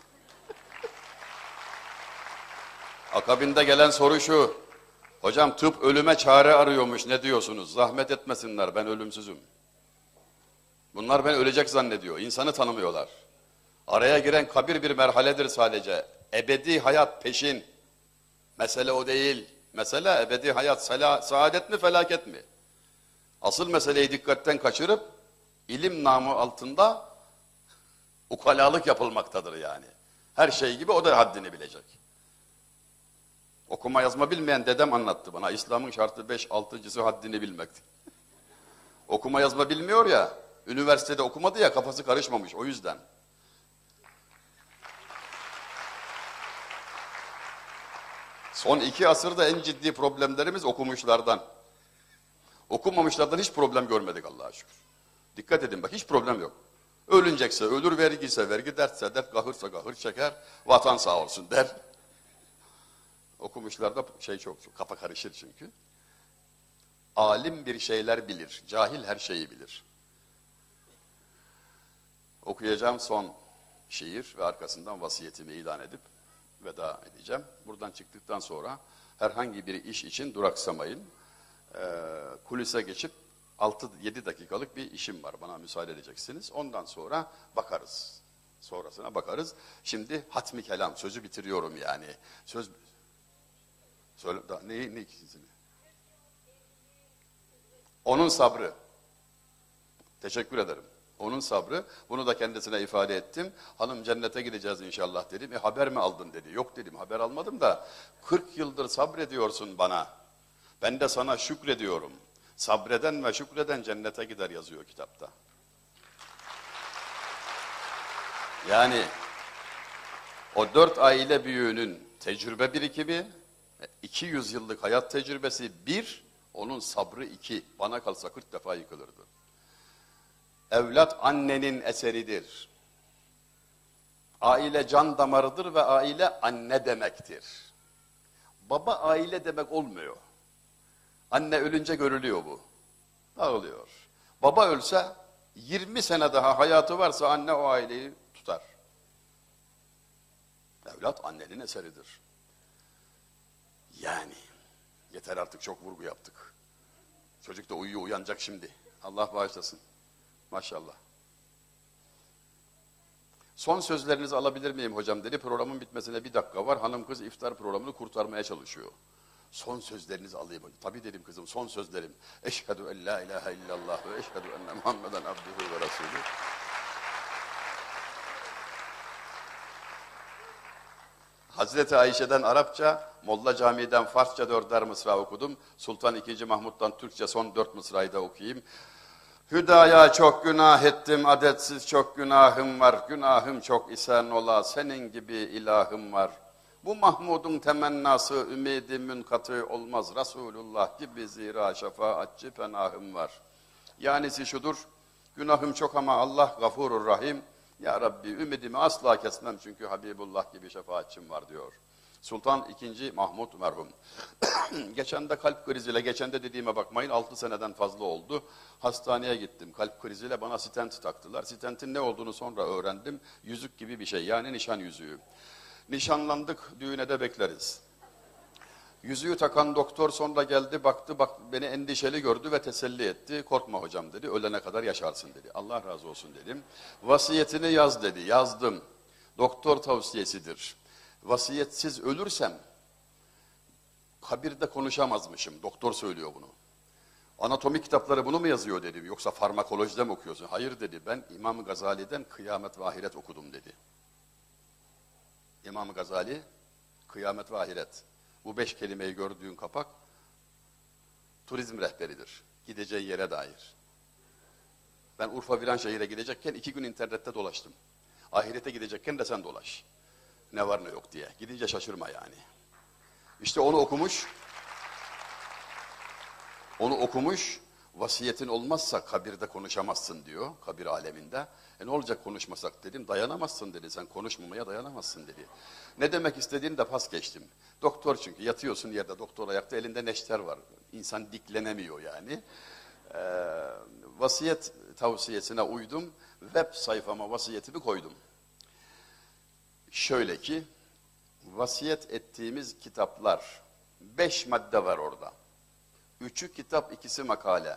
Speaker 1: Akabinde gelen soru şu. Hocam tıp ölüme çare arıyormuş, ne diyorsunuz? Zahmet etmesinler, ben ölümsüzüm. Bunlar ben ölecek zannediyor, insanı tanımıyorlar. Araya giren kabir bir merhaledir sadece. Ebedi hayat peşin. Mesele o değil. Mesele ebedi hayat, saadet mi felaket mi? Asıl meseleyi dikkatten kaçırıp ilim namı altında ukalalık yapılmaktadır yani. Her şey gibi o da haddini bilecek. Okuma yazma bilmeyen dedem anlattı bana. İslam'ın şartı beş, altıncısı haddini bilmekti. Okuma yazma bilmiyor ya, üniversitede okumadı ya, kafası karışmamış o yüzden. Son iki asırda en ciddi problemlerimiz okumuşlardan. Okumamışlardan hiç problem görmedik Allah'a şükür. Dikkat edin bak, hiç problem yok. Ölünecekse ölür, vergiyse vergi, dertse dert, kahırsa kahır çeker, vatan sağ olsun der. Okumuşlarda şey çok, çok kafa karışır çünkü. Alim bir şeyler bilir, cahil her şeyi bilir. Okuyacağım son şiir ve arkasından vasiyetimi ilan edip veda edeceğim. Buradan çıktıktan sonra herhangi bir iş için duraksamayın. Ee, kulise geçip altı yedi dakikalık bir işim var. Bana müsaade edeceksiniz. Ondan sonra bakarız. Sonrasına bakarız. Şimdi hatmi kelam, sözü bitiriyorum yani. Söz söyle da neyi ne ikisini? Onun sabrı. Teşekkür ederim. Onun sabrı. Bunu da kendisine ifade ettim. Hanım cennete gideceğiz inşallah dedim. E haber mi aldın dedi. Yok dedim, haber almadım da kırk yıldır sabrediyorsun bana. Ben de sana şükrediyorum. Sabreden ve şükreden cennete gider yazıyor kitapta. Yani o dört aile büyüğünün tecrübe birikimi, iki yüz yıllık hayat tecrübesi bir, onun sabrı iki. Bana kalsa kırk defa yıkılırdı. Evlat annenin eseridir. Aile can damarıdır ve aile anne demektir. Baba aile demek olmuyor. Anne ölünce görülüyor bu. Dağılıyor. Baba ölse yirmi sene daha hayatı varsa anne o aileyi tutar. Evlat annenin eseridir. Yani yeter artık, çok vurgu yaptık. Çocuk da uyuyor, uyanacak şimdi. Allah bağışlasın. Maşallah. Son sözlerinizi alabilir miyim hocam dedi. Programın bitmesine bir dakika var. Hanım kız iftar programını kurtarmaya çalışıyor. Son sözlerinizi alayım. Tabii dedim kızım, son sözlerim. Eşhedü en la ilahe illallah ve eşhedü enne Muhammeden abduhu ve resulü. Hazreti Ayşe'den Arapça, Molla Camii'den Farsça dörder mısra okudum. Sultan ikinci. Mahmut'tan Türkçe son dört mısrayı da okuyayım. Hüdaya çok günah ettim, adetsiz çok günahım var. Günahım çok isen ola, senin gibi ilahım var. Bu Mahmud'un temennası, ümidi münkatı olmaz. Resulullah gibi zira şefaatçi penahım var. Yanisi şudur, günahım çok ama Allah gafurur rahim. Ya Rabbi ümidimi asla kesmem çünkü Habibullah gibi şefaatçim var diyor. Sultan ikinci. Mahmud merhum. Geçen de kalp kriziyle, geçen de dediğime bakmayın, altı seneden fazla oldu. Hastaneye gittim. Kalp kriziyle bana stent taktılar. Stentin ne olduğunu sonra öğrendim. Yüzük gibi bir şey, yani nişan yüzüğü. Nişanlandık, düğüne de bekleriz. Yüzüğü takan doktor sonra geldi, baktı, bak beni endişeli gördü ve teselli etti. Korkma hocam dedi, ölene kadar yaşarsın dedi. Allah razı olsun dedim. Vasiyetini yaz dedi, yazdım. Doktor tavsiyesidir. Vasiyetsiz ölürsem kabirde konuşamazmışım. Doktor söylüyor bunu. Anatomi kitapları bunu mu yazıyor dedim. Yoksa farmakolojide mi okuyorsun? Hayır dedi. Ben İmam Gazali'den Kıyamet ve Ahiret okudum dedi. İmam Gazali Kıyamet ve Ahiret. Bu beş kelimeyi gördüğün kapak turizm rehberidir. Gideceği yere dair. Ben Urfa Viranşehir'e gidecekken iki gün internette dolaştım. Ahirete gidecekken de sen dolaş. Ne var ne yok diye. Gidince şaşırma yani. İşte onu okumuş. Onu okumuş. Vasiyetin olmazsa kabirde konuşamazsın diyor. Kabir aleminde. E ne olacak konuşmasak dedim. Dayanamazsın dedi. Sen konuşmamaya dayanamazsın dedi. Ne demek istediğini de pas geçtim. Doktor çünkü. Yatıyorsun yerde, doktor ayakta, elinde neşter var. İnsan diklenemiyor yani. Ee, vasiyet tavsiyesine uydum. Web sayfama vasiyetimi koydum. Şöyle ki, vasiyet ettiğimiz kitaplar, beş madde var orada. Üçü kitap, ikisi makale.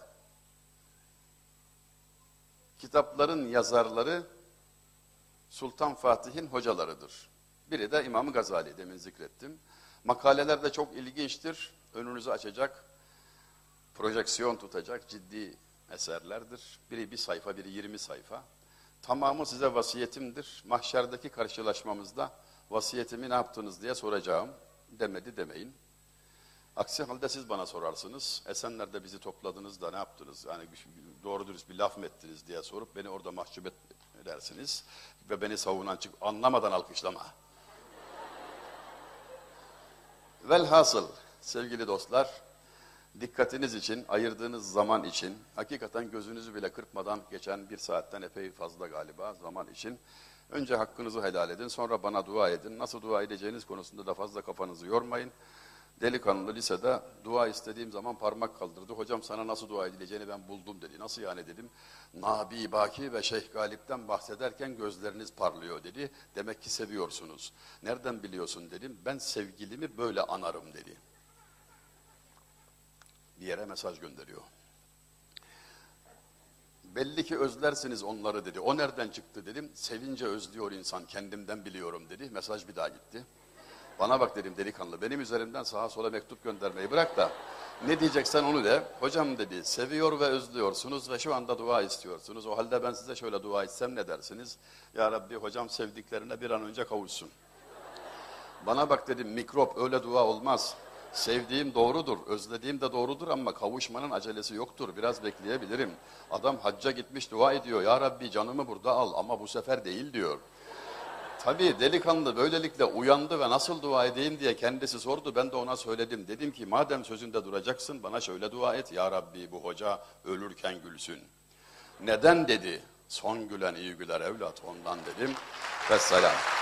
Speaker 1: Kitapların yazarları Sultan Fatih'in hocalarıdır. Biri de İmam Gazali, demin zikrettim. Makaleler de çok ilginçtir, önünüzü açacak, projeksiyon tutacak ciddi eserlerdir. Biri bir sayfa, biri yirmi sayfa. Tamamı size vasiyetimdir. Mahşerdeki karşılaşmamızda vasiyetimi ne yaptınız diye soracağım. Demedi demeyin. Aksi halde siz bana sorarsınız. Esenler'de bizi topladınız da ne yaptınız? Yani doğru dürüst bir laf mı ettiniz diye sorup beni orada mahcup edersiniz. Ve beni savunan çık, anlamadan alkışlama. Velhasıl sevgili dostlar, dikkatiniz için, ayırdığınız zaman için, hakikaten gözünüzü bile kırpmadan geçen bir saatten epey fazla galiba zaman için, önce hakkınızı helal edin, sonra bana dua edin. Nasıl dua edeceğiniz konusunda da fazla kafanızı yormayın. Delikanlı lisede dua istediğim zaman parmak kaldırdı. Hocam sana nasıl dua edileceğini ben buldum dedi. Nasıl yani dedim. Nabi Baki ve Şeyh Galip'ten bahsederken gözleriniz parlıyor dedi. Demek ki seviyorsunuz. Nereden biliyorsun dedim. Ben sevgilimi böyle anarım dedi. Bir yere mesaj gönderiyor. Belli ki özlersiniz onları dedi. O nereden çıktı dedim. Sevince özlüyor insan, kendimden biliyorum dedi. Mesaj bir daha gitti. Bana bak dedim delikanlı, benim üzerimden sağa sola mektup göndermeyi bırak da ne diyeceksen onu de. Hocam dedi, seviyor ve özlüyorsunuz ve şu anda dua istiyorsunuz. O halde ben size şöyle dua etsem ne dersiniz? Ya Rabbi hocam sevdiklerine bir an önce kavuşsun. Bana bak dedim, mikrop öyle dua olmaz. Sevdiğim doğrudur, özlediğim de doğrudur ama kavuşmanın acelesi yoktur. Biraz bekleyebilirim. Adam hacca gitmiş dua ediyor. Ya Rabbi canımı burada al ama bu sefer değil diyor. Tabii delikanlı böylelikle uyandı ve nasıl dua edeyim diye kendisi sordu. Ben de ona söyledim. Dedim ki madem sözünde duracaksın bana şöyle dua et. Ya Rabbi bu hoca ölürken gülsün. Neden dedi? Son gülen iyi güler evlat ondan dedim. Vesselam.